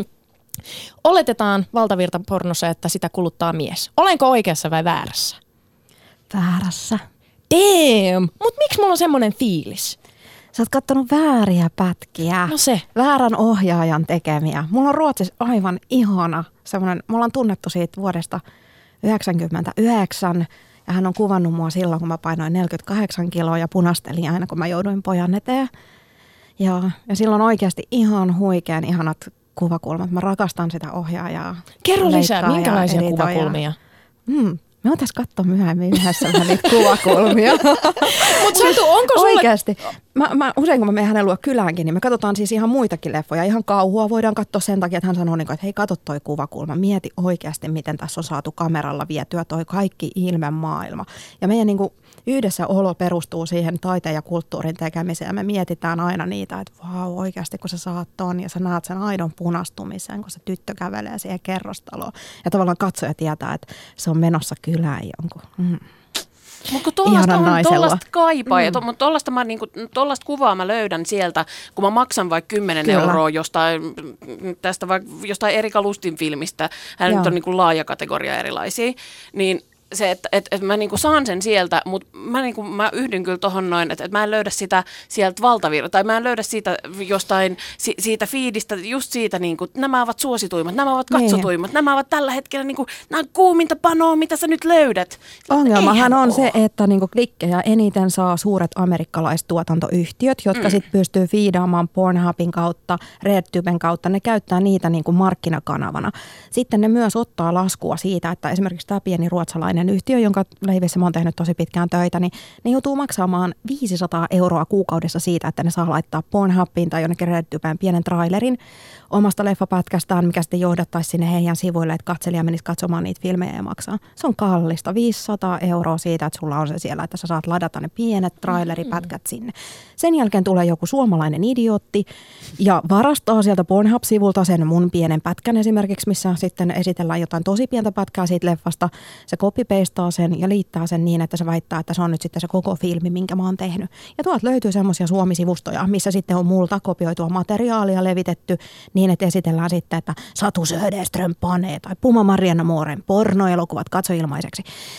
A: oletetaan valtavirtapornossa, että sitä kuluttaa mies. Olenko oikeassa vai väärässä?
E: Väärässä.
A: Damn! Mut miksi mulla on semmoinen fiilis?
E: Sä oot kattonut vääriä pätkiä.
A: No se.
E: Väärän ohjaajan tekemiä. Mulla on Ruotsissa aivan ihana semmoinen, me ollaan tunnettu siitä vuodesta yhdeksänkymmentäyhdeksän. Ja hän on kuvannut mua silloin, kun mä painoin neljäkymmentäkahdeksan kiloa ja punastelin aina, kun mä jouduin pojan eteen. Ja, ja silloin oikeasti ihan huikean ihanat kuvakulmat. Mä rakastan sitä ohjaajaa.
A: Kerro lisää, minkälaisia kuvakulmia?
E: Hmm. Me otais katsoa myöhemmin yhdessä vähän niitä kuvakulmia.
A: Mutta Satu, onko sulle...
E: Oikeasti. Mä, mä, usein kun mä menen hänen luo kyläänkin, niin me katsotaan siis ihan muitakin leffoja. Ihan kauhua voidaan katsoa sen takia, että hän sanoo, että hei, katso toi kuvakulma. Mieti oikeasti, miten tässä on saatu kameralla vietyä toi kaikki ilmemaailma. Ja meidän niin kuin yhdessä olo perustuu siihen taiteen ja kulttuurin tekemiseen. Ja me mietitään aina niitä, että vau, oikeasti kun sä saat ton ja sä näet sen aidon punastumisen, kun se tyttö kävelee siihen kerrostaloon. Ja tavallaan katsoja tietää, että se on menossa kylään jonkun. Mm.
F: Mutta tuollaista on tuollaista kaipaa mm. ja tuollaista to, niinku, kuvaa mä löydän sieltä, kun mä maksan vaikka kymmenen euroa jostain, tästä vaikka jostain Erika Lustin filmistä, hän Joo. nyt on niinku laaja kategoria erilaisia, niin se, että et, et mä niinku saan sen sieltä, mutta mä, niinku, mä yhdyn kyllä tohon noin, että et mä en löydä sitä sieltä valtavirta, tai mä en löydä siitä jostain, si, siitä fiidistä, just siitä, niinku, nämä ovat suosituimmat, nämä ovat katsotuimmat, niin. Nämä ovat tällä hetkellä niinku, nämä on kuuminta panoa, mitä sä nyt löydät.
E: Ongelmahan on ole. se, että niinku klikkejä eniten saa suuret amerikkalaistuotantoyhtiöt, jotka mm. sitten pystyy fiidaamaan Pornhubin kautta, RedTuben kautta, ne käyttää niitä niinku markkinakanavana. Sitten ne myös ottaa laskua siitä, että esimerkiksi tämä pieni ruotsalainen yhtiö, jonka leivissä mä oon tehnyt tosi pitkään töitä, niin ne joutuu maksamaan viisisataa euroa kuukaudessa siitä, että ne saa laittaa Pornhubiin tai jonnekin RedTubeen pienen trailerin omasta leffapätkästään, mikä sitten johdattaisi sinne heidän sivuille, että katselija menisi katsomaan niitä filmejä ja maksaa. Se on kallista. viisisataa euroa siitä, että sulla on se siellä, että sä saat ladata ne pienet traileripätkät sinne. Sen jälkeen tulee joku suomalainen idiootti ja varastaa sieltä Pornhub-sivulta sen mun pienen pätkän esimerkiksi, missä sitten esitellään jotain tosi pientä pätkää siitä leffasta. Se copy-pastaa sen ja liittää sen niin, että se väittää, että se on nyt sitten se koko filmi, minkä mä oon tehnyt. Ja tuolta löytyy semmoisia Suomi-sivustoja, missä sitten on multa kopioitua materiaalia levitetty niin, että esitellään sitten, että Satu Söderström panee tai Puma Marianna Mooren pornoelokuvat katso ilmaiseksi.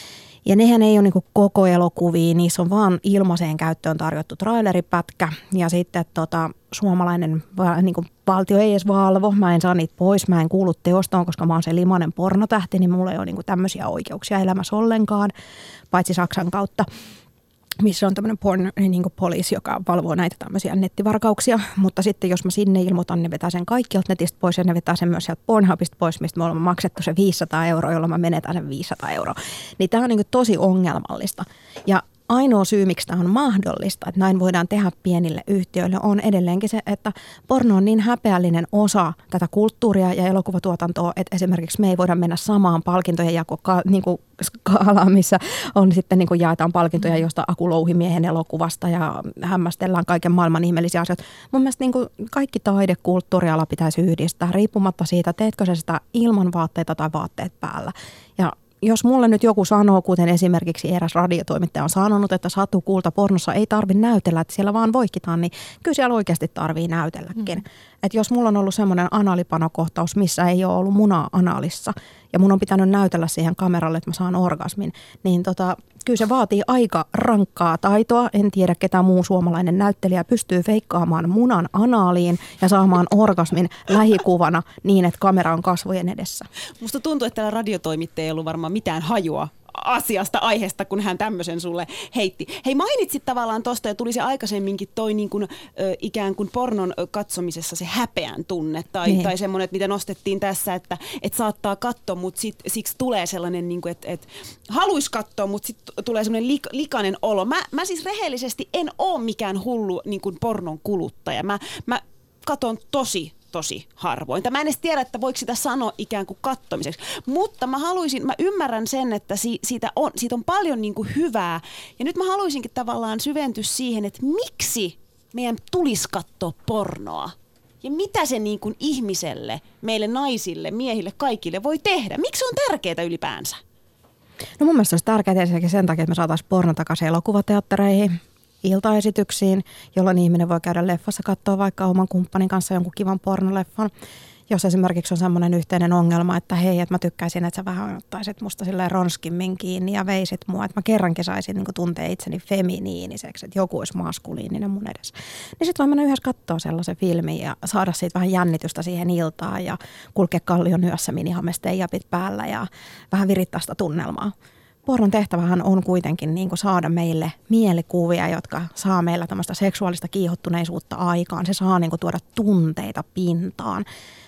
E: Ja nehän ei ole niin kuin koko elokuvia, niissä on vaan ilmaiseen käyttöön tarjottu traileripätkä ja sitten tota, suomalainen niin kuin valtio ei edes valvo, mä en saa niitä pois, mä en kuulu teostoon, koska mä oon se limainen pornotähti, niin mulla ei ole niin kuin tämmöisiä oikeuksia elämässä ollenkaan, paitsi Saksan kautta, missä on tämmöinen porn niin kuin poliisi, joka valvoo näitä tämmöisiä nettivarkauksia. Mutta sitten jos mä sinne ilmoitan, ne vetää sen kaikkialta netistä pois ja ne vetää sen myös sieltä Pornhubista pois, mistä me olemme maksettu se viisisataa euroa, jolla mä menetän sen viisisataa euroa. Niin tämä on niin kuin tosi ongelmallista. Ja ainoa syy, miksi tämä on mahdollista, että näin voidaan tehdä pienille yhtiöille, on edelleenkin se, että porno on niin häpeällinen osa tätä kulttuuria ja elokuvatuotantoa, että esimerkiksi me ei voida mennä samaan palkintojen jako niin kuin skaalaan, missä on sitten niin kuin jaetaan palkintoja jostain Aku Louhimiehen elokuvasta ja hämmästellään kaiken maailman ihmeellisiä asioita. Mun mielestä niin kuin kaikki taide, kulttuuriala pitäisi yhdistää riippumatta siitä, teetkö se sitä ilman vaatteita tai vaatteet päällä. Ja jos mulle nyt joku sanoo, kuten esimerkiksi eräs radiotoimittaja on sanonut, että Satu Kulta pornossa ei tarvitse näytellä, että siellä vaan voihkitaan, niin kyllä siellä oikeasti tarvii näytelläkin. Mm. Että jos mulla on ollut semmoinen analipanokohtaus, missä ei ole ollut munaa analissa ja mun on pitänyt näytellä siihen kameralle, että mä saan orgasmin, niin tota, kyllä se vaatii aika rankkaa taitoa. En tiedä, ketä muu suomalainen näyttelijä pystyy feikkaamaan munan anaaliin ja saamaan orgasmin lähikuvana niin, että kamera on kasvojen edessä.
D: Musta tuntuu, että tällä radiotoimittaja ei ollut varmaan mitään hajua asiasta, aiheesta, kun hän tämmöisen sulle heitti. Hei, mainitsit tavallaan tosta ja tuli se aikaisemminkin toi niin kuin, ö, ikään kuin pornon katsomisessa se häpeän tunne tai, niin. tai semmoinen, mitä nostettiin tässä, että et saattaa katsoa, mutta sit, siksi tulee sellainen, niin kuin, että et, haluaisi katsoa, mutta sitten tulee semmoinen lik, likainen olo. Mä, mä siis rehellisesti en ole mikään hullu niin kuin pornon kuluttaja. Mä, mä katon tosi tosi harvoin. Mä en edes tiedä, että voiko sitä sanoa ikään kuin kattomiseksi. Mutta mä haluaisin, mä ymmärrän sen, että si, siitä, on, siitä on paljon niin kuin hyvää. Ja nyt mä haluaisinkin tavallaan syventyä siihen, että miksi meidän tulisi katsoa pornoa. Ja mitä se niin kuin ihmiselle, meille naisille, miehille, kaikille voi tehdä. Miksi se on tärkeää ylipäänsä?
E: No mun mielestä olisi tärkeää ensinnäkin sen takia, että me saataisiin porno takaisin elokuvateattereihin, iltaesityksiin, jolloin ihminen voi käydä leffassa katsoa vaikka oman kumppanin kanssa jonkun kivan pornoleffan. Jos esimerkiksi on semmoinen yhteinen ongelma, että hei, että mä tykkäisin, että sä vähän ottaisit musta silleen ronskimmin kiinni ja veisit mua, että mä kerrankin saisin niin tuntea itseni feminiiniseksi, että joku olisi maskuliininen mun edessä. Niin sit voi mennä yhdessä katsoa sellaisen filmin ja saada siitä vähän jännitystä siihen iltaan ja kulkea Kallion yössä minihamesteijapit päällä ja vähän virittää sitä tunnelmaa. Pornon tehtävähän on kuitenkin niin kuin saada meille mielikuvia, jotka saa meillä tämmöistä seksuaalista kiihottuneisuutta aikaan. Se saa niin kuin tuoda tunteita pintaan.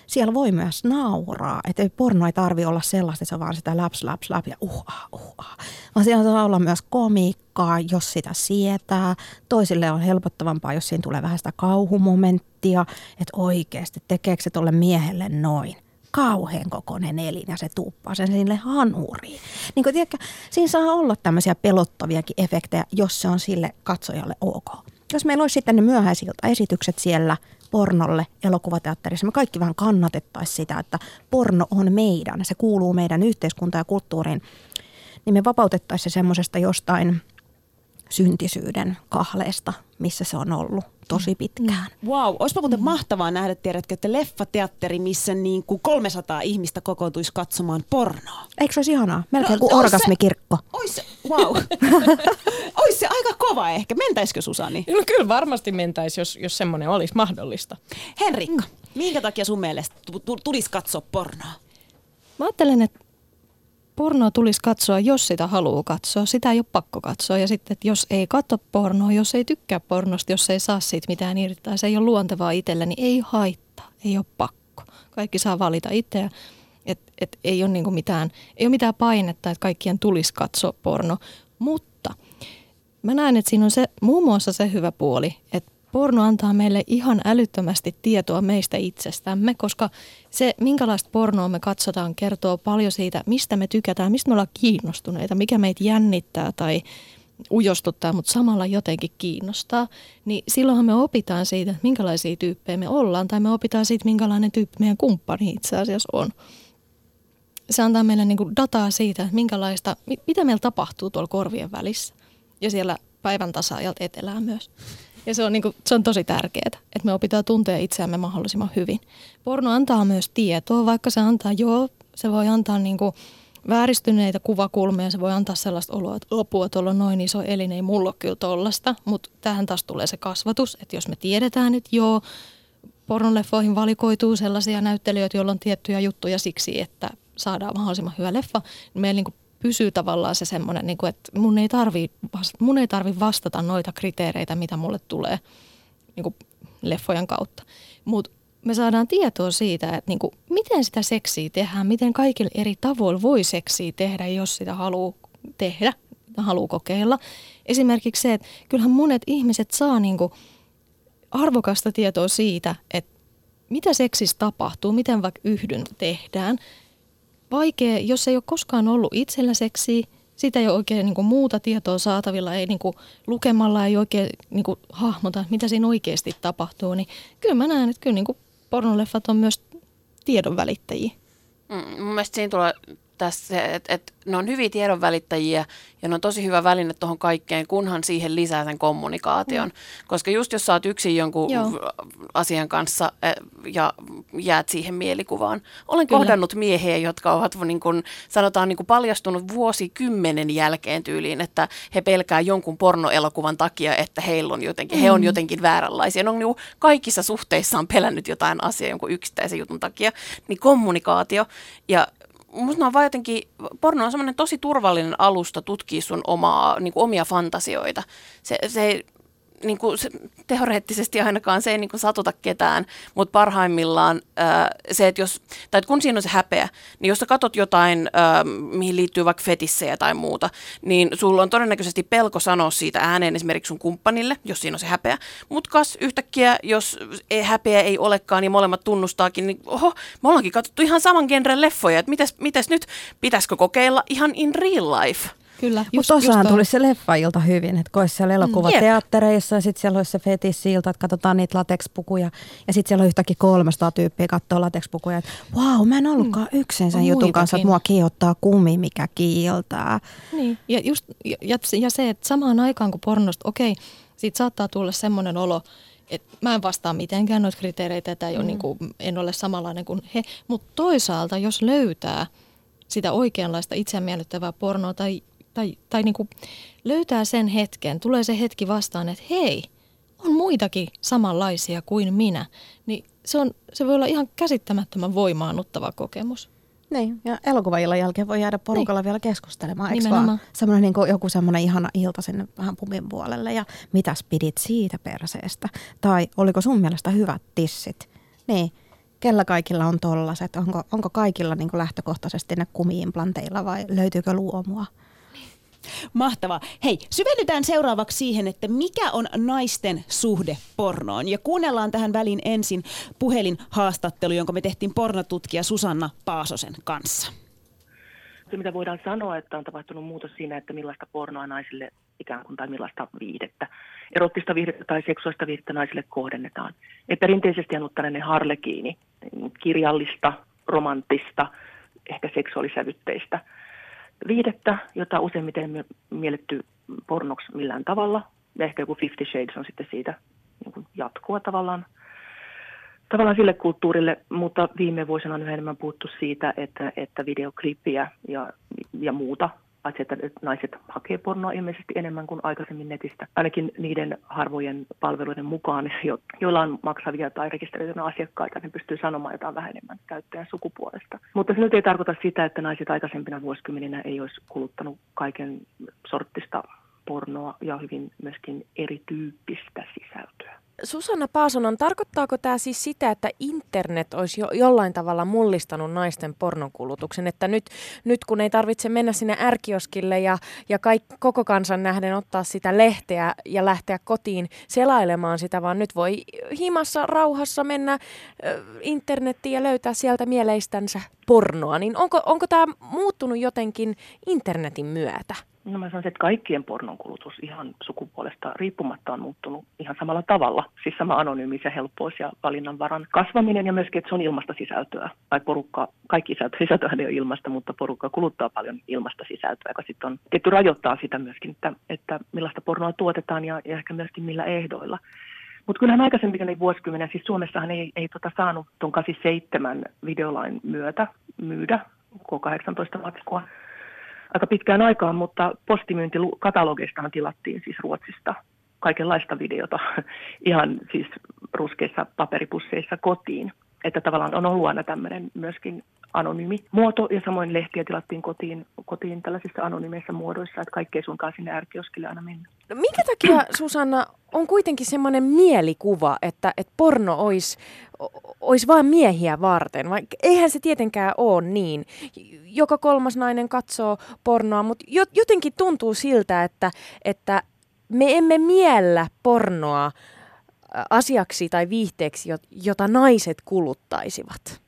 E: siellä voi myös nauraa. Että porno ei tarvi olla sellaista, että se on vaan sitä laps, laps, laps ja uh, ah, uh, ah. Vaan siellä saa olla myös komiikkaa, jos sitä sietää. Toisille on helpottavampaa, jos siinä tulee vähän sitä kauhumomenttia, että oikeasti tekeekö se tolle miehelle noin. Kauhean kokoinen elin ja se tuuppaa sen sille hanuriin. Niin kuin tiedätkö, siinä saa olla tämmöisiä pelottaviakin efektejä, jos se on sille katsojalle ok. Jos meillä olisi sitten ne myöhäisiltä esitykset siellä pornolle elokuvateatterissa, me kaikki vähän kannatettaisiin sitä, että porno on meidän, se kuuluu meidän yhteiskuntaan ja kulttuuriin, niin me vapautettaisiin se semmoisesta jostain syntisyyden kahleesta, missä se on ollut tosi pitkään.
D: Wow, olisipa muuten mm. mahtavaa nähdä, tiedätkö, että leffateatteri, missä niin kuin kolmesataa ihmistä kokoontuisi katsomaan pornoa.
E: Eikö se olisi ihanaa? Melkein no, kuin orgasmikirkko.
D: Ois se, wow. Ois se aika kova ehkä. Mentäisikö Susani?
A: No kyllä varmasti mentäisi, jos, jos semmoinen olisi mahdollista.
D: Henrikka, mm. minkä takia sun mielestä tulisi katsoa pornoa?
G: Mä ajattelen, että pornoa tulisi katsoa, jos sitä haluaa katsoa. Sitä ei ole pakko katsoa. Ja sitten, että jos ei katso pornoa, jos ei tykkää pornosta, jos ei saa siitä mitään irti tai se ei ole luontevaa itselle, niin ei haittaa. Ei ole pakko. Kaikki saa valita itse. Että et ei ole niinku mitään, ei ole mitään painetta, että kaikkien tulisi katsoa porno. Mutta mä näen, että siinä on se, muun muassa se hyvä puoli, että porno antaa meille ihan älyttömästi tietoa meistä itsestämme, koska se, minkälaista pornoa me katsotaan, kertoo paljon siitä, mistä me tykätään, mistä me ollaan kiinnostuneita, mikä meitä jännittää tai ujostuttaa, mutta samalla jotenkin kiinnostaa. Niin silloinhan me opitaan siitä, minkälaisia tyyppejä me ollaan, tai me opitaan siitä, minkälainen tyyppi meidän kumppani itse asiassa on. Se antaa meille niin kuin dataa siitä, minkälaista, mitä meillä tapahtuu tuolla korvien välissä ja siellä päivän tasa-ajalta etelään myös. Ja se on, niin kuin, se on tosi tärkeää, että me opitaan tuntea itseämme mahdollisimman hyvin. Porno antaa myös tietoa, vaikka se antaa, joo, se voi antaa niin kuin vääristyneitä kuvakulmia, se voi antaa sellaista oloa, että apua, tuolla on noin iso elin, ei mulla ole kyllä tollasta, mutta tähän taas tulee se kasvatus, että jos me tiedetään, että joo, pornoleffoihin valikoituu sellaisia näyttelijöitä, joilla on tiettyjä juttuja siksi, että saadaan mahdollisimman hyvä leffa, niin meillä niin kuin pysyy tavallaan se semmoinen, niin kuin, että mun ei tarvi, mun ei tarvi vastata noita kriteereitä, mitä mulle tulee niin kuin leffojen kautta. Mutta me saadaan tietoa siitä, että niin kuin, miten sitä seksiä tehdään, miten kaikilla eri tavoilla voi seksiä tehdä, jos sitä haluaa tehdä, haluaa kokeilla. Esimerkiksi se, että kyllähän monet ihmiset saa niin kuin arvokasta tietoa siitä, että mitä seksissä tapahtuu, miten vaikka yhdyn tehdään. Vaikea, jos ei ole koskaan ollut itsellä seksiä, sitä ei ole oikein niin kuin muuta tietoa saatavilla, ei niin kuin lukemalla ei oikein niin kuin hahmota, mitä siinä oikeasti tapahtuu, niin kyllä mä näen, että kyllä niin kuin pornoleffat on myös tiedon välittäjiä.
F: Mm, mun mielestä siinä tulee tässä se, että, että ne on hyviä tiedonvälittäjiä ja ne on tosi hyvä väline tuohon kaikkeen, kunhan siihen lisää sen kommunikaation. Mm. Koska just jos sä oot yksin jonkun Joo. asian kanssa ja jäät siihen mielikuvaan. Olen Kyllä. kohdannut miehiä, jotka ovat niin kuin, sanotaan niin kuin paljastunut vuosikymmenen jälkeen tyyliin, että he pelkää jonkun pornoelokuvan takia, että heillä on jotenkin, mm. he on jotenkin vääränlaisia. Ne on niin kaikissa suhteissaan pelännyt jotain asiaa jonkun yksittäisen jutun takia. Niin kommunikaatio ja musta on vaan jotenkin, porno on semmoinen tosi turvallinen alusta tutkia sun omaa, niin kuin omia fantasioita. Se, se, niin kuin, se teoreettisesti ainakaan se ei niin kuin satuta ketään, mutta parhaimmillaan ää, se, että jos, tai että kun siinä on se häpeä, niin jos sä katot jotain, ää, mihin liittyy vaikka fetissejä tai muuta, niin sulla on todennäköisesti pelko sanoa siitä ääneen esimerkiksi sun kumppanille, jos siinä on se häpeä. Mutta kas yhtäkkiä, jos ei, häpeä ei olekaan, niin molemmat tunnustaakin, niin oho, me ollaankin katsottu ihan saman genren leffoja, että mitäs, mitäs nyt, pitäisikö kokeilla ihan in real life?
G: Kyllä.
E: Mutta osaan tulisi se leffailta hyvin, että kun olisi siellä elokuvateattereissa ja sitten siellä olisi se fetissi-ilta, että katsotaan niitä latekspukuja ja sitten siellä on yhtäkkiä kolmesataa tyyppiä katsoa latekspukuja, että vau, mä en ollutkaan mm. yksin sen on jutun kanssa, että mua kiihottaa kumi, mikä kiiltää.
G: Niin, ja, just, ja, ja se, että samaan aikaan kuin pornosta, okei, siitä saattaa tulla semmoinen olo, että mä en vastaa mitenkään noita kriteereitä, että mm. niin kuin, en ole samanlainen kuin he, mutta toisaalta jos löytää sitä oikeanlaista itseään miellyttävää pornoa tai Tai, tai niin kuin löytää sen hetken, tulee se hetki vastaan, että hei, on muitakin samanlaisia kuin minä. Niin se, on, se voi olla ihan käsittämättömän voimaannuttava kokemus.
E: Niin, ja elokuvaillan jälkeen voi jäädä porukalla niin. vielä keskustelemaan, eikö
G: Nimenomaan.
E: vaan? Semmoinen niin kuin joku semmoinen ihana ilta sinne vähän pumin puolelle ja mitäs pidit siitä perseestä? Tai oliko sun mielestä hyvät tissit? Niin, Kellä kaikilla on tollaset? Onko, onko kaikilla niin kuin lähtökohtaisesti ne kumi-implanteilla vai löytyykö luomua?
D: Mahtavaa. Hei, syvennytään seuraavaksi siihen, että mikä on naisten suhde pornoon. Ja kuunnellaan tähän väliin ensin puhelinhaastattelu, jonka me tehtiin pornotutkija Susanna Paasosen kanssa.
H: Se, mitä voidaan sanoa, että on tapahtunut muutos siinä, että millaista pornoa naisille ikään kuin tai millaista viihdettä, erottista viihdettä tai seksuaalista viihdettä naisille kohdennetaan. Et perinteisesti on ollut tällainen harlekiini, kirjallista, romanttista, ehkä seksuaalisävytteistä viihdettä, jota useimmiten mielletty pornoksi millään tavalla. Ja ehkä joku Fifty Shades on sitten siitä niin kuin jatkoa tavallaan. Tavallaan sille kulttuurille, mutta viime vuosina on yhä enemmän puhuttu siitä, että, että videoklippiä ja, ja muuta, paitsi että naiset hakee pornoa ilmeisesti enemmän kuin aikaisemmin netistä. Ainakin niiden harvojen palveluiden mukaan, jo, joilla on maksavia tai rekisteröityjä asiakkaita, ne pystyy sanomaan jotain vähän enemmän käyttäjän sukupuolesta. Mutta se nyt ei tarkoita sitä, että naiset aikaisempina vuosikymmeninä ei olisi kuluttanut kaiken sorttista pornoa ja hyvin myöskin erityyppistä sisältöä.
A: Susanna Paasonen, tarkoittaako tämä siis sitä, että internet olisi jo jollain tavalla mullistanut naisten pornonkulutuksen, että nyt, nyt kun ei tarvitse mennä sinne ärkioskille ja, ja kaik, koko kansan nähden ottaa sitä lehteä ja lähteä kotiin selailemaan sitä, vaan nyt voi himassa rauhassa mennä äh, internettiin ja löytää sieltä mieleistänsä pornoa, niin onko, onko tämä muuttunut jotenkin internetin myötä?
H: No mä sanoisin, että kaikkien pornonkulutus ihan sukupuolesta riippumatta on muuttunut ihan samalla tavalla. Siis sama anonyymis ja helppous ja valinnanvaran kasvaminen ja myöskin, että se on ilmasta sisältöä. Tai porukka, kaikki sisältöhän ei ole ilmasta, mutta porukka kuluttaa paljon ilmasta sisältöä, joka sitten on tietty rajoittaa sitä myöskin, että, että millaista pornoa tuotetaan ja, ja ehkä myöskin millä ehdoilla. Mutta kyllähän aikaisemmin vuosikymmenen, siis Suomessahan ei, ei tota saanut tuon kahdeksankymmentäseitsemän videolain myötä myydä K kahdeksantoista matskua aika pitkään aikaan, mutta postimyyntikatalogeistaan tilattiin siis Ruotsista kaikenlaista videota ihan siis ruskeissa paperipusseissa kotiin. Että tavallaan on ollut aina tämmöinen myöskin anonyymi muoto ja samoin lehtiä tilattiin kotiin, kotiin tällaisissa anonyymeissa muodoissa, että kaikki ei suinkaan sinne ärkioskille aina mennä.
A: No minkä takia, Susanna, on kuitenkin semmoinen mielikuva, että, että porno olisi, olisi vain miehiä varten, vai eihän se tietenkään ole niin. Joka kolmas nainen katsoo pornoa, mutta jotenkin tuntuu siltä, että, että me emme miellä pornoa asiaksi tai viihteeksi, jota naiset kuluttaisivat.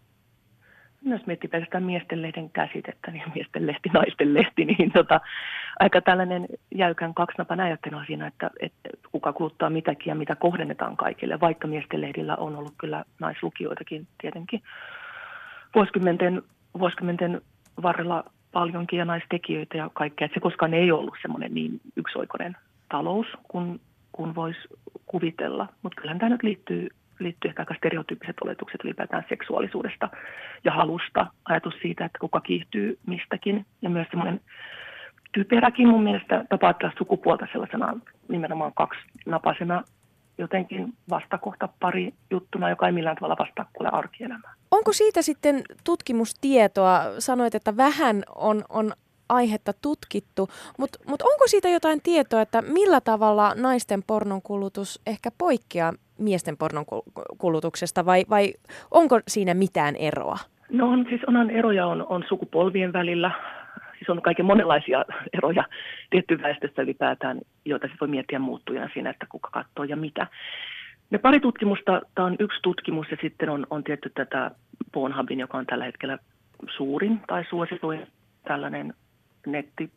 H: No, jos miettii pelkästään miesten lehden käsitettä, niin miesten lehti, naisten lehti, niin tota, aika tällainen jäykän kaksinapan ajattelu siinä, että, että kuka kuluttaa mitäkin ja mitä kohdennetaan kaikille, vaikka miesten lehdillä on ollut kyllä naislukijoitakin tietenkin vuosikymmenten, vuosikymmenten varrella paljonkin ja naistekijöitä ja kaikkea, että se koskaan ei ollut semmoinen niin yksioikoinen talous, kun, kun voisi kuvitella, mutta kyllähän tämä nyt liittyy liittyy ehkä aika stereotyyppiset oletukset ylipäätään seksuaalisuudesta ja halusta. Ajatus siitä, että kuka kiihtyy mistäkin. Ja myös semmoinen typeräkin mun mielestä tapa ajatella sukupuolta sellaisena nimenomaan kaksinapaisena jotenkin vastakohta pari juttuna, joka ei millään tavalla vastaa kuule arkielämään.
A: Onko siitä sitten tutkimustietoa? Sanoit, että vähän on, on aihetta tutkittu, mutta mut onko siitä jotain tietoa, että millä tavalla naisten pornonkulutus ehkä poikkeaa miesten pornonkulutuksesta vai, vai onko siinä mitään eroa?
H: No on, siis onhan eroja on, on sukupolvien välillä, siis on kaiken monenlaisia eroja tietty väestössä ylipäätään, joita siis voi miettiä muuttujana siinä, että kuka katsoo ja mitä. Ne pari tutkimusta, tämä on yksi tutkimus ja sitten on, on tietty tätä Pornhubin, joka on tällä hetkellä suurin tai suosituin tällainen netti,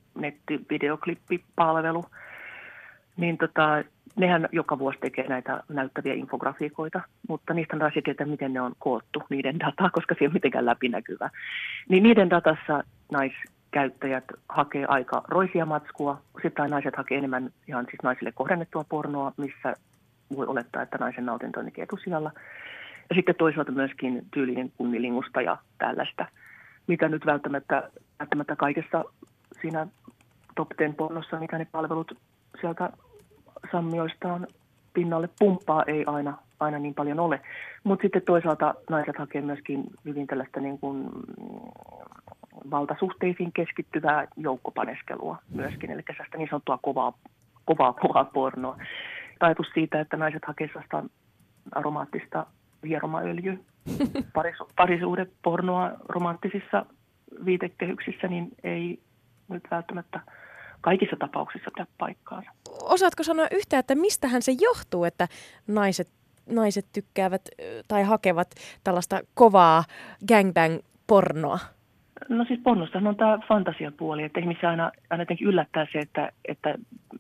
H: nettivideoklippipalvelu, niin tota, nehän joka vuosi tekee näitä näyttäviä infografiikoita, mutta niistä on taas tietää, miten ne on koottu, niiden dataa, koska se ei ole mitenkään läpinäkyvä. Niin niiden datassa naiskäyttäjät hakee aika roisia matskua, sitten naiset hakee enemmän ihan siis naisille kohdennettua pornoa, missä voi olettaa, että naisen nautinto on etusijalla. Ja sitten toisaalta myöskin tyylinen kunnilingusta ja tällaista, mitä nyt välttämättä, välttämättä kaikessa siinä top ten pornossa, mitä ne palvelut sieltä sammioistaan pinnalle pumppaa, ei aina, aina niin paljon ole. Mutta sitten toisaalta naiset hakee myöskin hyvin tällaista niin kuin valtasuhteisiin keskittyvää joukkopaneskelua myöskin, eli sellaista niin sanottua kovaa, kovaa, kovaa pornoa. Ajatus siitä, että naiset hakee sellaista aromaattista hieromaöljy. Parisu, parisuhdepornoa romanttisissa viitekehyksissä niin ei nyt välttämättä kaikissa tapauksissa pidä paikkaansa.
A: Osaatko sanoa yhtään, että mistähän se johtuu, että naiset, naiset tykkäävät tai hakevat tällaista kovaa gangbang-pornoa?
H: No siis pornostahan on tämä fantasiapuoli, että ihmisiä aina, aina jotenkin yllättää se, että, että,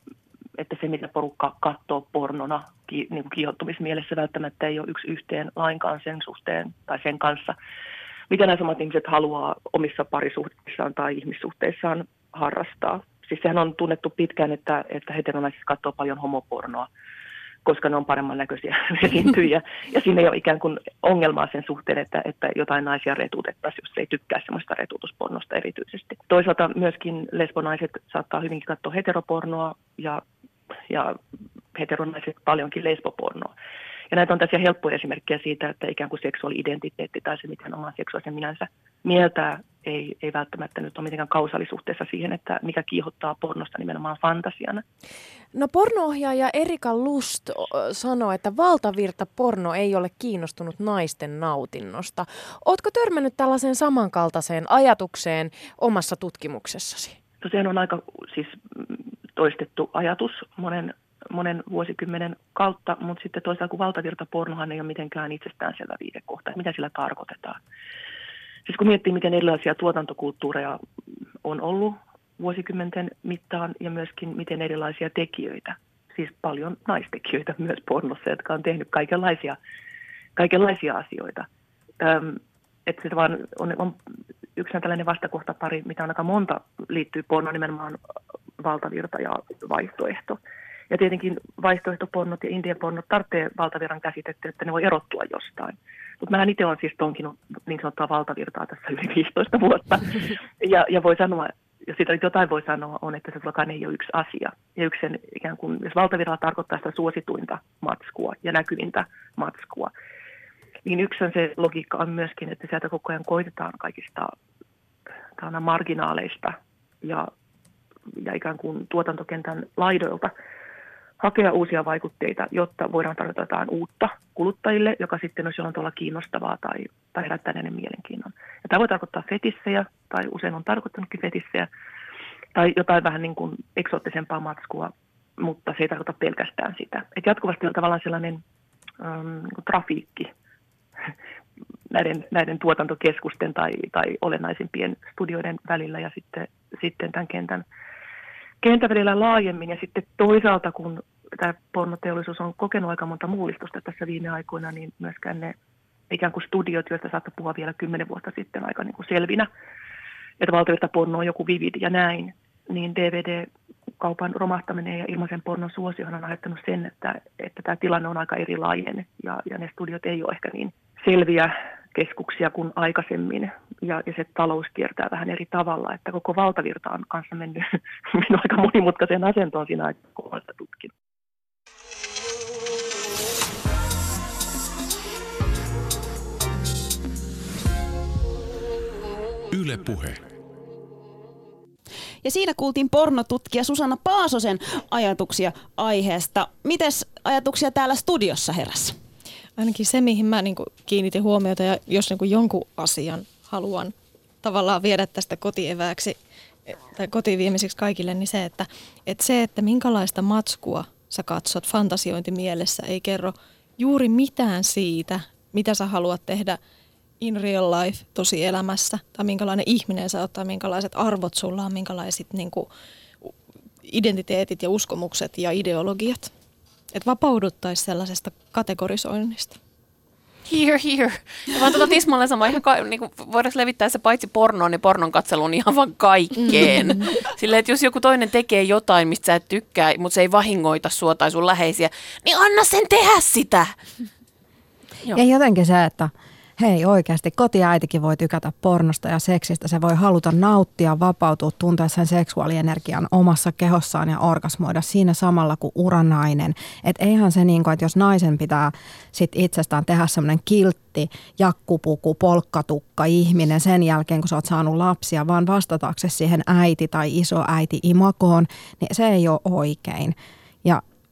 H: että se mitä porukka katsoo pornona ki, niin kuin kiihottumismielessä välttämättä ei ole yksi yhteen lainkaan sen suhteen tai sen kanssa, mitä nämä samat ihmiset haluaa omissa parisuhteissaan tai ihmissuhteissaan harrastaa. Siis sehän on tunnettu pitkään, että, että heteronaiset katsoo paljon homopornoa, koska ne on paremman näköisiä esiintyjiä. Ja siinä ei ole ikään kuin ongelmaa sen suhteen, että, että jotain naisia retuutettaisiin, jos ei tykkää semmoista retuutuspornosta erityisesti. Toisaalta myöskin lesbonaiset saattaa hyvinkin katsoa heteropornoa ja, ja heteronaiset paljonkin lesbopornoa. Ja näitä on tässä helppoja esimerkkejä siitä, että ikään kuin seksuaali-identiteetti tai se, miten oman seksuaalisen minänsä mieltää, ei, ei välttämättä nyt ole mitenkään kausaalisuhteessa siihen, että mikä kiihottaa pornosta nimenomaan fantasiana.
A: No porno-ohjaaja Erika Lust sanoi, että valtavirta porno ei ole kiinnostunut naisten nautinnosta. Ootko törmännyt tällaiseen samankaltaiseen ajatukseen omassa tutkimuksessasi?
H: No sehän on aika siis toistettu ajatus monen monen vuosikymmenen kautta, mutta sitten toisaalta kun valtavirtapornohan ei ole mitenkään itsestäänselvä viitekohta, että mitä sillä tarkoitetaan. Siis kun miettii, miten erilaisia tuotantokulttuureja on ollut vuosikymmenten mittaan ja myöskin miten erilaisia tekijöitä, siis paljon naistekijöitä myös pornossa, jotka on tehnyt kaikenlaisia, kaikenlaisia asioita. Öm, että se vaan on, on yksi tällainen vastakohtapari, mitä on aika monta liittyy pornoon, nimenomaan valtavirta ja vaihtoehto. Ja tietenkin vaihtoehtopornot ja indiepornot tarvitsee valtavirran käsitettä, että ne voi erottua jostain. Mutta mähän itse olen siis tonkinut niin sanottua valtavirtaa tässä yli viisitoista vuotta. Ja, ja voi sanoa, jos siitä jotain voi sanoa, on, että se todellakaan ei ole yksi asia. Ja yksi sen ikään kuin, jos valtavirralla tarkoittaa sitä suosituinta matskua ja näkyvintä matskua, niin yksi on se logiikka on myöskin, että sieltä koko ajan koitetaan kaikista marginaaleista ja, ja ikään kuin tuotantokentän laidoilta hakea uusia vaikutteita, jotta voidaan tarjota jotain uutta kuluttajille, joka sitten olisi jollain tavalla kiinnostavaa tai, tai herättää näiden mielenkiinnon. Ja tämä voi tarkoittaa fetissejä, tai usein on tarkoittanutkin fetissejä, tai jotain vähän niin kuin eksoottisempaa matskua, mutta se ei tarkoita pelkästään sitä. Et jatkuvasti on tavallaan sellainen ähm, niin kuin trafiikki näiden, näiden tuotantokeskusten tai, tai olennaisimpien studioiden välillä ja sitten, sitten tämän kentän kentän välillä laajemmin. Ja sitten toisaalta, kun tämä pornoteollisuus on kokenut aika monta mullistusta tässä viime aikoina, niin myöskään ne ikään kuin studiot, joista saattoi puhua vielä kymmenen vuotta sitten aika niin kuin selvinä, että valtavirta porno on joku Vivid ja näin, niin D V D-kaupan romahtaminen ja ilmaisen pornon suosiohan on aiheuttanut sen, että, että tämä tilanne on aika erilainen ja, ja ne studiot ei ole ehkä niin selviä keskuksia kuin aikaisemmin ja, ja se talous kiertää vähän eri tavalla, että koko valtavirta on kanssa mennyt, mennyt aika monimutkaiseen asentoon siinä aikaa, kun olen sitä tutkinut.
C: Yle Puhe.
D: Ja siinä kuultiin pornotutkija Susanna Paasosen ajatuksia aiheesta. Mites ajatuksia täällä studiossa heräsi?
G: Ainakin se, mihin mä niin kuin kiinnitin huomiota, ja jos niin kuin jonkun asian haluan tavallaan viedä tästä kotievääksi tai kotiin viimeiseksi kaikille, niin se, että, että se, että minkälaista matskua sä katsot fantasiointimielessä, ei kerro juuri mitään siitä, mitä sä haluat tehdä in real life tosielämässä, tai minkälainen ihminen sä oot, tai minkälaiset arvot sulla on, minkälaiset niin kuin identiteetit ja uskomukset ja ideologiat. Että vapauduttaisiin sellaisesta kategorisoinnista.
F: Here, here. Ja vaan tuota tismalleen sama. Ihan ka- niin voidaan levittää se paitsi pornoon, niin pornon katseluun ihan vaan kaikkeen. Mm. Silleen, että jos joku toinen tekee jotain, mistä sä et tykkää, mutta se ei vahingoita sua tai sun läheisiä, niin anna sen tehdä sitä.
E: Joo. Ja jotenkin se, että hei oikeasti kotiäitikin voi tykätä pornosta ja seksistä. Se voi haluta nauttia, vapautua, tuntea sen seksuaalienergian omassa kehossaan ja orgasmoida siinä samalla kuin uranainen. Että eihän se niin kuin, että jos naisen pitää sit itsestään tehdä semmoinen kiltti, jakkupuku, polkkatukka, ihminen sen jälkeen, kun sä oot saanut lapsia, vaan vastataksesi siihen äiti tai isoäiti imagoon, niin se ei ole oikein. Ja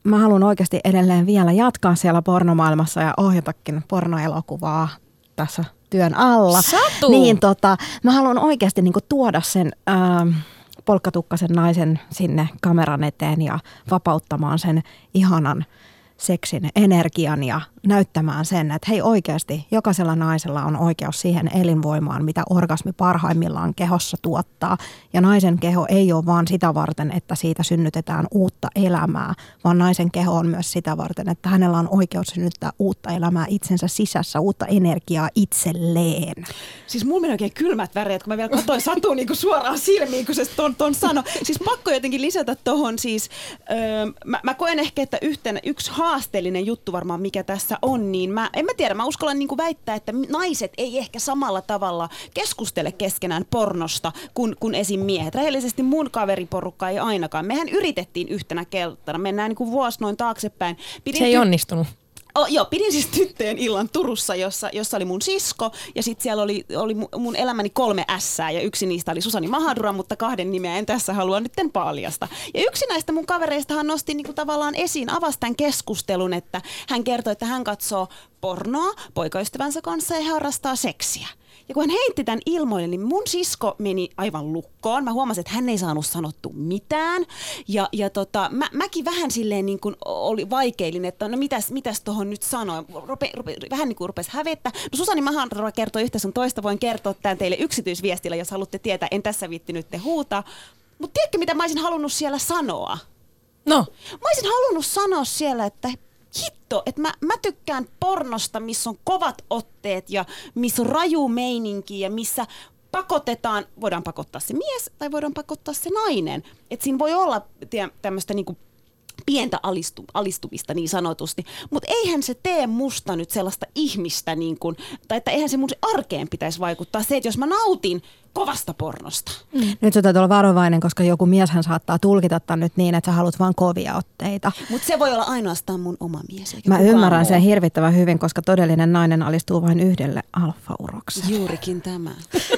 E: mä haluan oikeasti edelleen vielä jatkaa siellä pornomaailmassa ja ohjatakin pornoelokuvaa tässä työn alla.
A: Satu!
E: Niin tota, mä haluan oikeasti niinku tuoda sen ähm, polkkatukkasen naisen sinne kameran eteen ja vapauttamaan sen ihanan seksin energian ja näyttämään sen, että hei oikeasti jokaisella naisella on oikeus siihen elinvoimaan, mitä orgasmi parhaimmillaan kehossa tuottaa. Ja naisen keho ei ole vaan sitä varten, että siitä synnytetään uutta elämää, vaan naisen keho on myös sitä varten, että hänellä on oikeus synnyttää uutta elämää itsensä sisässä, uutta energiaa itselleen.
D: Siis mulla meni oikein kylmät väreet, kun mä vielä katsoin Satuun niin suoraan silmiin, kun se ton, ton sanoi. Siis pakko jotenkin lisätä tohon siis, öö, mä, mä koen ehkä, että yhtenä, yksi haasteellinen juttu varmaan, mikä tässä on, niin mä, en mä tiedä, mä uskallan niin kuin väittää, että naiset ei ehkä samalla tavalla keskustele keskenään pornosta kuin, kuin esim. Miehet. Rehellisesti mun kaveriporukka ei ainakaan. Mehän yritettiin yhtenä keltana, mennään niin kuin vuosi noin taaksepäin. Pidin
A: Se ei onnistunut.
D: Oh, joo, pidin siis tyttöjen illan Turussa, jossa, jossa oli mun sisko ja sitten siellä oli, oli mun elämäni kolme ässää ja yksi niistä oli Susani Mahadura, mutta kahden nimeä en tässä halua nytten paljasta. Ja yksi näistä mun kavereistahan nosti niinku tavallaan esiin, avasi tämän keskustelun, että hän kertoi, että hän katsoo pornoa poikaystävänsä kanssa ja harrastaa seksiä. Ja kun hän heitti tämän ilmoille, niin mun sisko meni aivan lukkoon. Mä huomasin, että hän ei saanut sanottu mitään. Ja, ja tota, mä, mäkin vähän silleen niin kuin oli vaikeilin, että no mitäs, mitäs tohon nyt sanoi. Rupe, rupe, vähän niin kuin rupesi hävettä. No Susani Mahadura kertoi yhtä sun toista. Voin kertoa tämän teille yksityisviestillä, jos haluatte tietää. En tässä viittinyt te huutaa. Mutta tiedätkö, mitä mä olisin halunnut siellä sanoa?
A: No.
D: Mä olisin halunnut sanoa siellä, että hitto, että mä, mä tykkään pornosta, missä on kovat otteet ja missä on raju meininki ja missä pakotetaan, voidaan pakottaa se mies tai voidaan pakottaa se nainen. Että siinä voi olla tämmöistä niinku pientä alistu, alistumista niin sanotusti, mutta eihän se tee musta nyt sellaista ihmistä, niin kuin, tai että eihän se mun arkeen pitäisi vaikuttaa se, että jos mä nautin kovasta pornosta.
E: Mm. Nyt sä täytyy olla varovainen, koska joku mieshän saattaa tulkita tämän nyt niin, että sä haluat vaan kovia otteita.
D: Mutta se voi olla ainoastaan mun oma mies.
E: Mä ymmärrän muu. Sen hirvittävän hyvin, koska todellinen nainen alistuu vain yhdelle alfa-urokselle.
D: Juurikin tämä.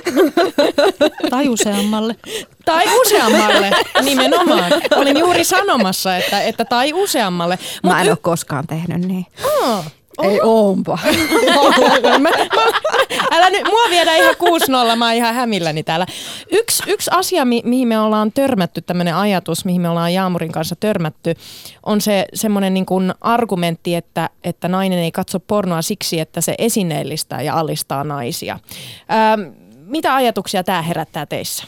G: Tai useammalle.
A: Tai useammalle, nimenomaan. Olin juuri sanomassa, että, että tai useammalle.
E: Mut mä en y- ole koskaan tehnyt niin.
A: Oh.
E: Ei oompa.
A: mä, mä, älä nyt, mua viedä ihan kuusi nolla, mä oon ihan hämilläni täällä. Yksi, yksi asia, mi, mihin me ollaan törmätty, tämmöinen ajatus, mihin me ollaan Jaamurin kanssa törmätty, on se semmoinen niin kuin argumentti, että, että nainen ei katso pornoa siksi, että se esineellistää ja alistaa naisia. Ähm, mitä ajatuksia tämä herättää teissä?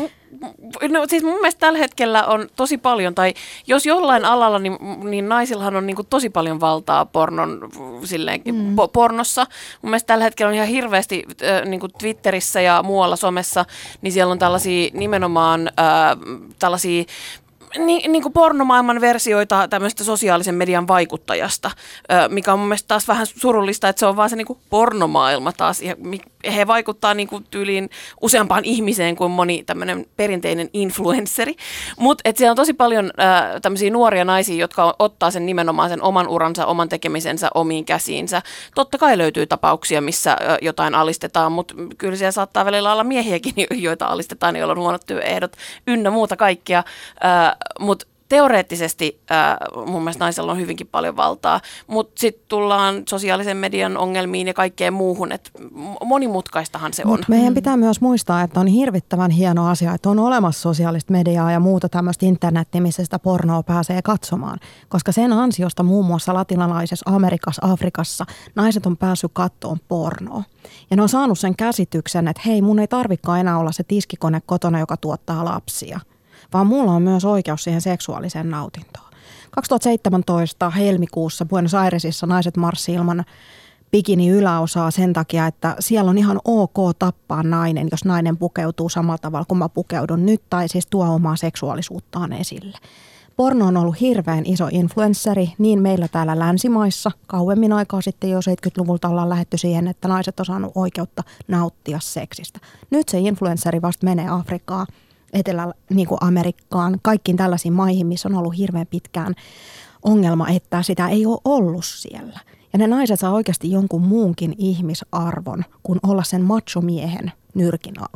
F: No siis mun mielestä tällä hetkellä on tosi paljon, tai jos jollain alalla, niin, niin naisillahan on niin kuin tosi paljon valtaa pornon, silleen, mm. po, pornossa. Mun mielestä tällä hetkellä on ihan hirveästi äh, niin kuin Twitterissä ja muualla somessa, niin siellä on tällaisia nimenomaan äh, tällaisia Ni, niin kuin pornomaailman versioita tämmöistä sosiaalisen median vaikuttajasta, mikä on mun mielestä taas vähän surullista, että se on vaan se niin kuin pornomaailma taas. He vaikuttaa niin kuin tyyliin useampaan ihmiseen kuin moni tämmöinen perinteinen influensseri. Mutta siellä on tosi paljon äh, tämmöisiä nuoria naisia, jotka ottaa sen nimenomaan sen oman uransa, oman tekemisensä omiin käsiinsä. Totta kai löytyy tapauksia, missä äh, jotain alistetaan, mutta kyllä siellä saattaa välillä olla miehiäkin, joita alistetaan, joilla on huonot työehdot ynnä muuta kaikkea. Äh, Mutta teoreettisesti äh, mun mielestä naisella on hyvinkin paljon valtaa, mutta sitten tullaan sosiaalisen median ongelmiin ja kaikkeen muuhun, että monimutkaistahan se on.
E: Mut meidän pitää myös muistaa, että on hirvittävän hieno asia, että on olemassa sosiaalista mediaa ja muuta tämmöistä internettiä, missä sitä pornoa pääsee katsomaan. Koska sen ansiosta muun muassa latinalaisessa Amerikassa, Afrikassa naiset on päässyt kattoon pornoa. Ja ne on saanut sen käsityksen, että hei, mun ei tarvikaan enää olla se tiskikone kotona, joka tuottaa lapsia, vaan mulla on myös oikeus siihen seksuaaliseen nautintoon. kaksituhattaseitsemäntoista helmikuussa Buenos Airesissa naiset marssi ilman bikini yläosaa sen takia, että siellä on ihan ok tappaa nainen, jos nainen pukeutuu samalla tavalla kuin mä pukeudun nyt, tai siis tuo omaa seksuaalisuuttaan esille. Porno on ollut hirveän iso influenssari niin meillä täällä länsimaissa. Kauemmin aikaa sitten jo seitsemänkymmentäluvulta ollaan lähdetty siihen, että naiset on saanut oikeutta nauttia seksistä. Nyt se influenssari vasta menee Afrikaan, Etelä-Amerikkaan, niin kaikkiin tällaisiin maihin, missä on ollut hirveän pitkään ongelma, että sitä ei ole ollut siellä. Ja ne naiset saa oikeasti jonkun muunkin ihmisarvon, kuin olla sen machomiehen nyrkin alla.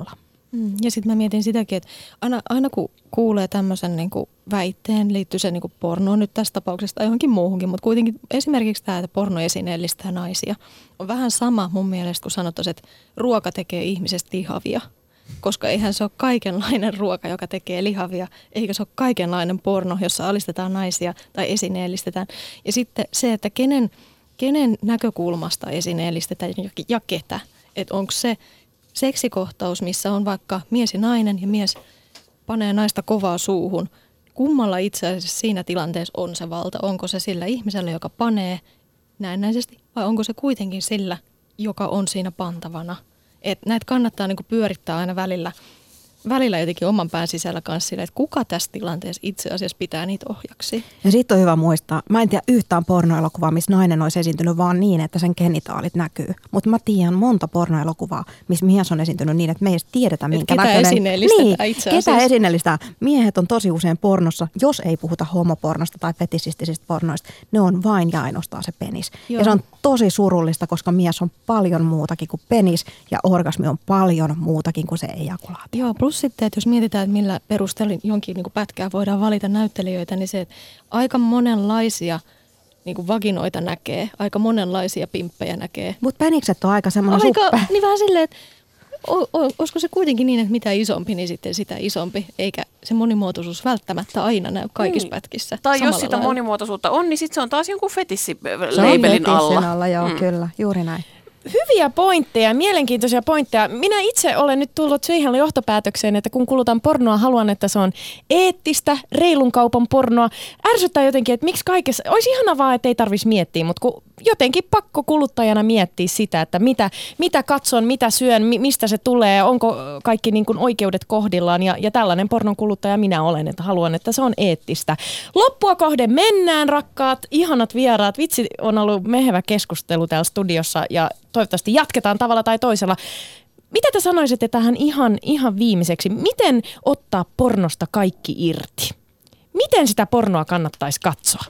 G: Mm, ja sitten mä mietin sitäkin, että aina, aina kun kuulee tämmöisen niin kuin väitteen, liittyy se niin kuin pornoon nyt tässä tapauksessa tai johonkin muuhunkin, mutta kuitenkin esimerkiksi tämä, että porno esineellistää naisia, on vähän sama mun mielestä, kun sanottaisiin, että ruoka tekee ihmisestä lihavia. Koska eihän se ole kaikenlainen ruoka, joka tekee lihavia, eikä se ole kaikenlainen porno, jossa alistetaan naisia tai esineellistetään. Ja sitten se, että kenen, kenen näkökulmasta esineellistetään ja ketä. Että onko se seksikohtaus, missä on vaikka mies ja nainen ja mies panee naista kovaa suuhun. Kummalla itse asiassa siinä tilanteessa on se valta? Onko se sillä ihmisellä, joka panee näennäisesti, vai onko se kuitenkin sillä, joka on siinä pantavana? Että näitä kannattaa niinku pyörittää aina välillä, välillä jotenkin oman pään sisällä kanssa sille, että kuka tässä tilanteessa itse asiassa pitää niitä ohjaksi.
E: Ja sitten on hyvä muistaa, mä en tiedä yhtään pornoelokuvaa, missä nainen olisi esiintynyt vaan niin, että sen genitaalit näkyy. Mutta mä tiedän monta pornoelokuvaa, missä mies on esiintynyt niin, että me ei edes tiedetä, minkä
G: ketä
E: näköinen.
G: Esineellistetään
E: niin,
G: itse asiassa.
E: Ketä esineellistää. Miehet on tosi usein pornossa, jos ei puhuta homopornosta tai fetisistisistä pornoista. Ne on vain ja ainoastaan se penis. Joo. Ja se on tosi surullista, koska mies on paljon muutakin kuin penis ja orgasmi on paljon muutakin kuin se ejakulaatio.
G: Joo, plus sitten, että jos mietitään, että millä perusteella jonkin niin kuin pätkää voidaan valita näyttelijöitä, niin se, että aika monenlaisia niin kuin vaginoita näkee, aika monenlaisia pimppejä näkee.
E: Mutta penikset on aika semmoinen suppe.
G: Niin vähän silleen, että o, o, olisiko se kuitenkin niin, että mitä isompi, niin sitten sitä isompi, eikä se monimuotoisuus välttämättä aina näy kaikissa mm. pätkissä.
F: Tai jos sitä
G: lailla.
F: Monimuotoisuutta on, niin sitten se on taas jonkun fetissi-leibelin alla.
E: alla. Joo,
F: mm.
E: kyllä, juuri näin.
A: Hyviä pointteja, mielenkiintoisia pointteja. Minä itse olen nyt tullut siihen johtopäätökseen, että kun kulutan pornoa, haluan, että se on eettistä, reilun kaupan pornoa. Ärsyttää jotenkin, että miksi kaikessa, olisi ihana vaan, että ei tarvitsisi miettiä, mutta kun jotenkin pakko kuluttajana miettiä sitä, että mitä, mitä katson, mitä syön, mi, mistä se tulee, onko kaikki niin kuin oikeudet kohdillaan. Ja, ja tällainen pornon kuluttaja minä olen, että haluan, että se on eettistä. Loppua kohden mennään, rakkaat, ihanat vieraat. Vitsi, on ollut mehevä keskustelu täällä studiossa ja toivottavasti jatketaan tavalla tai toisella. Mitä te sanoisitte tähän ihan, ihan viimeiseksi? Miten ottaa pornosta kaikki irti? Miten sitä pornoa kannattaisi katsoa?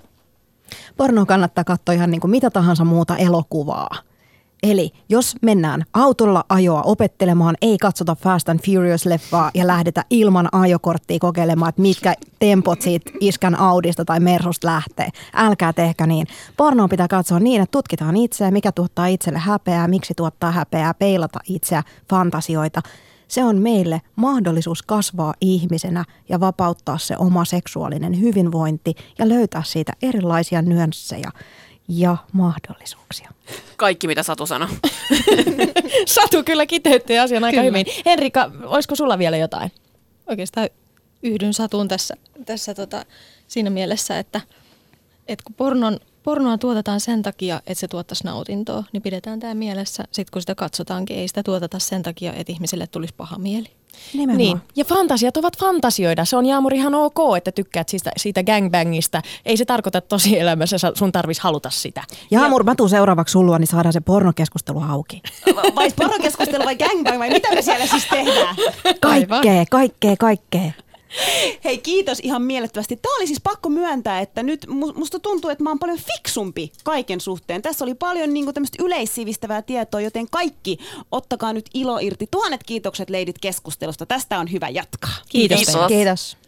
E: Pornoa kannattaa katsoa ihan niin kuin mitä tahansa muuta elokuvaa. Eli jos mennään autolla ajoa opettelemaan, ei katsota Fast and Furious-leffaa ja lähdetä ilman ajokorttia kokeilemaan, että mitkä tempot siitä iskän Audista tai Mersusta lähtee. Älkää tehkö niin. Pornoa pitää katsoa niin, että tutkitaan itseä, mikä tuottaa itselle häpeää, miksi tuottaa häpeää, peilata itseä, fantasioita. Se on meille mahdollisuus kasvaa ihmisenä ja vapauttaa se oma seksuaalinen hyvinvointi ja löytää siitä erilaisia nyansseja ja mahdollisuuksia.
F: Kaikki, mitä Satu sanoi.
A: Satu kyllä kiteytti asian aika
G: Kyllä.
A: hyvin. Henrikka, olisiko sulla vielä jotain?
G: Oikeastaan yhdyn Satuun tässä, tässä tota, siinä mielessä, että, että kun pornon, pornoa tuotetaan sen takia, että se tuottaisi nautintoa, niin pidetään tämä mielessä. Sitten kun sitä katsotaankin, ei sitä tuoteta sen takia, että ihmiselle tulisi paha mieli.
E: Nimenomaan.
A: Niin. Ja fantasiat ovat fantasioida. Se on Jaamur ihan ok, että tykkäät siitä, siitä gangbangista. Ei se tarkoita, että tosielämässä sun tarvitsisi haluta sitä.
E: Jaamur, mä tuun seuraavaksi sullua, niin saadaan se pornokeskustelu auki.
D: Vai pornokeskustelu vai gangbang vai mitä me siellä siis tehdään?
E: Kaikkea, kaikkea, kaikkea.
D: Hei, kiitos ihan mielettömästi. Tämä oli siis pakko myöntää, että nyt musta tuntuu, että mä oon paljon fiksumpi kaiken suhteen. Tässä oli paljon niin kuin tämmöistä yleissivistävää tietoa, joten kaikki ottakaa nyt ilo irti. Tuhannet kiitokset leidit keskustelusta. Tästä on hyvä jatkaa.
A: Kiitos.
F: Kiitos.
E: Kiitos.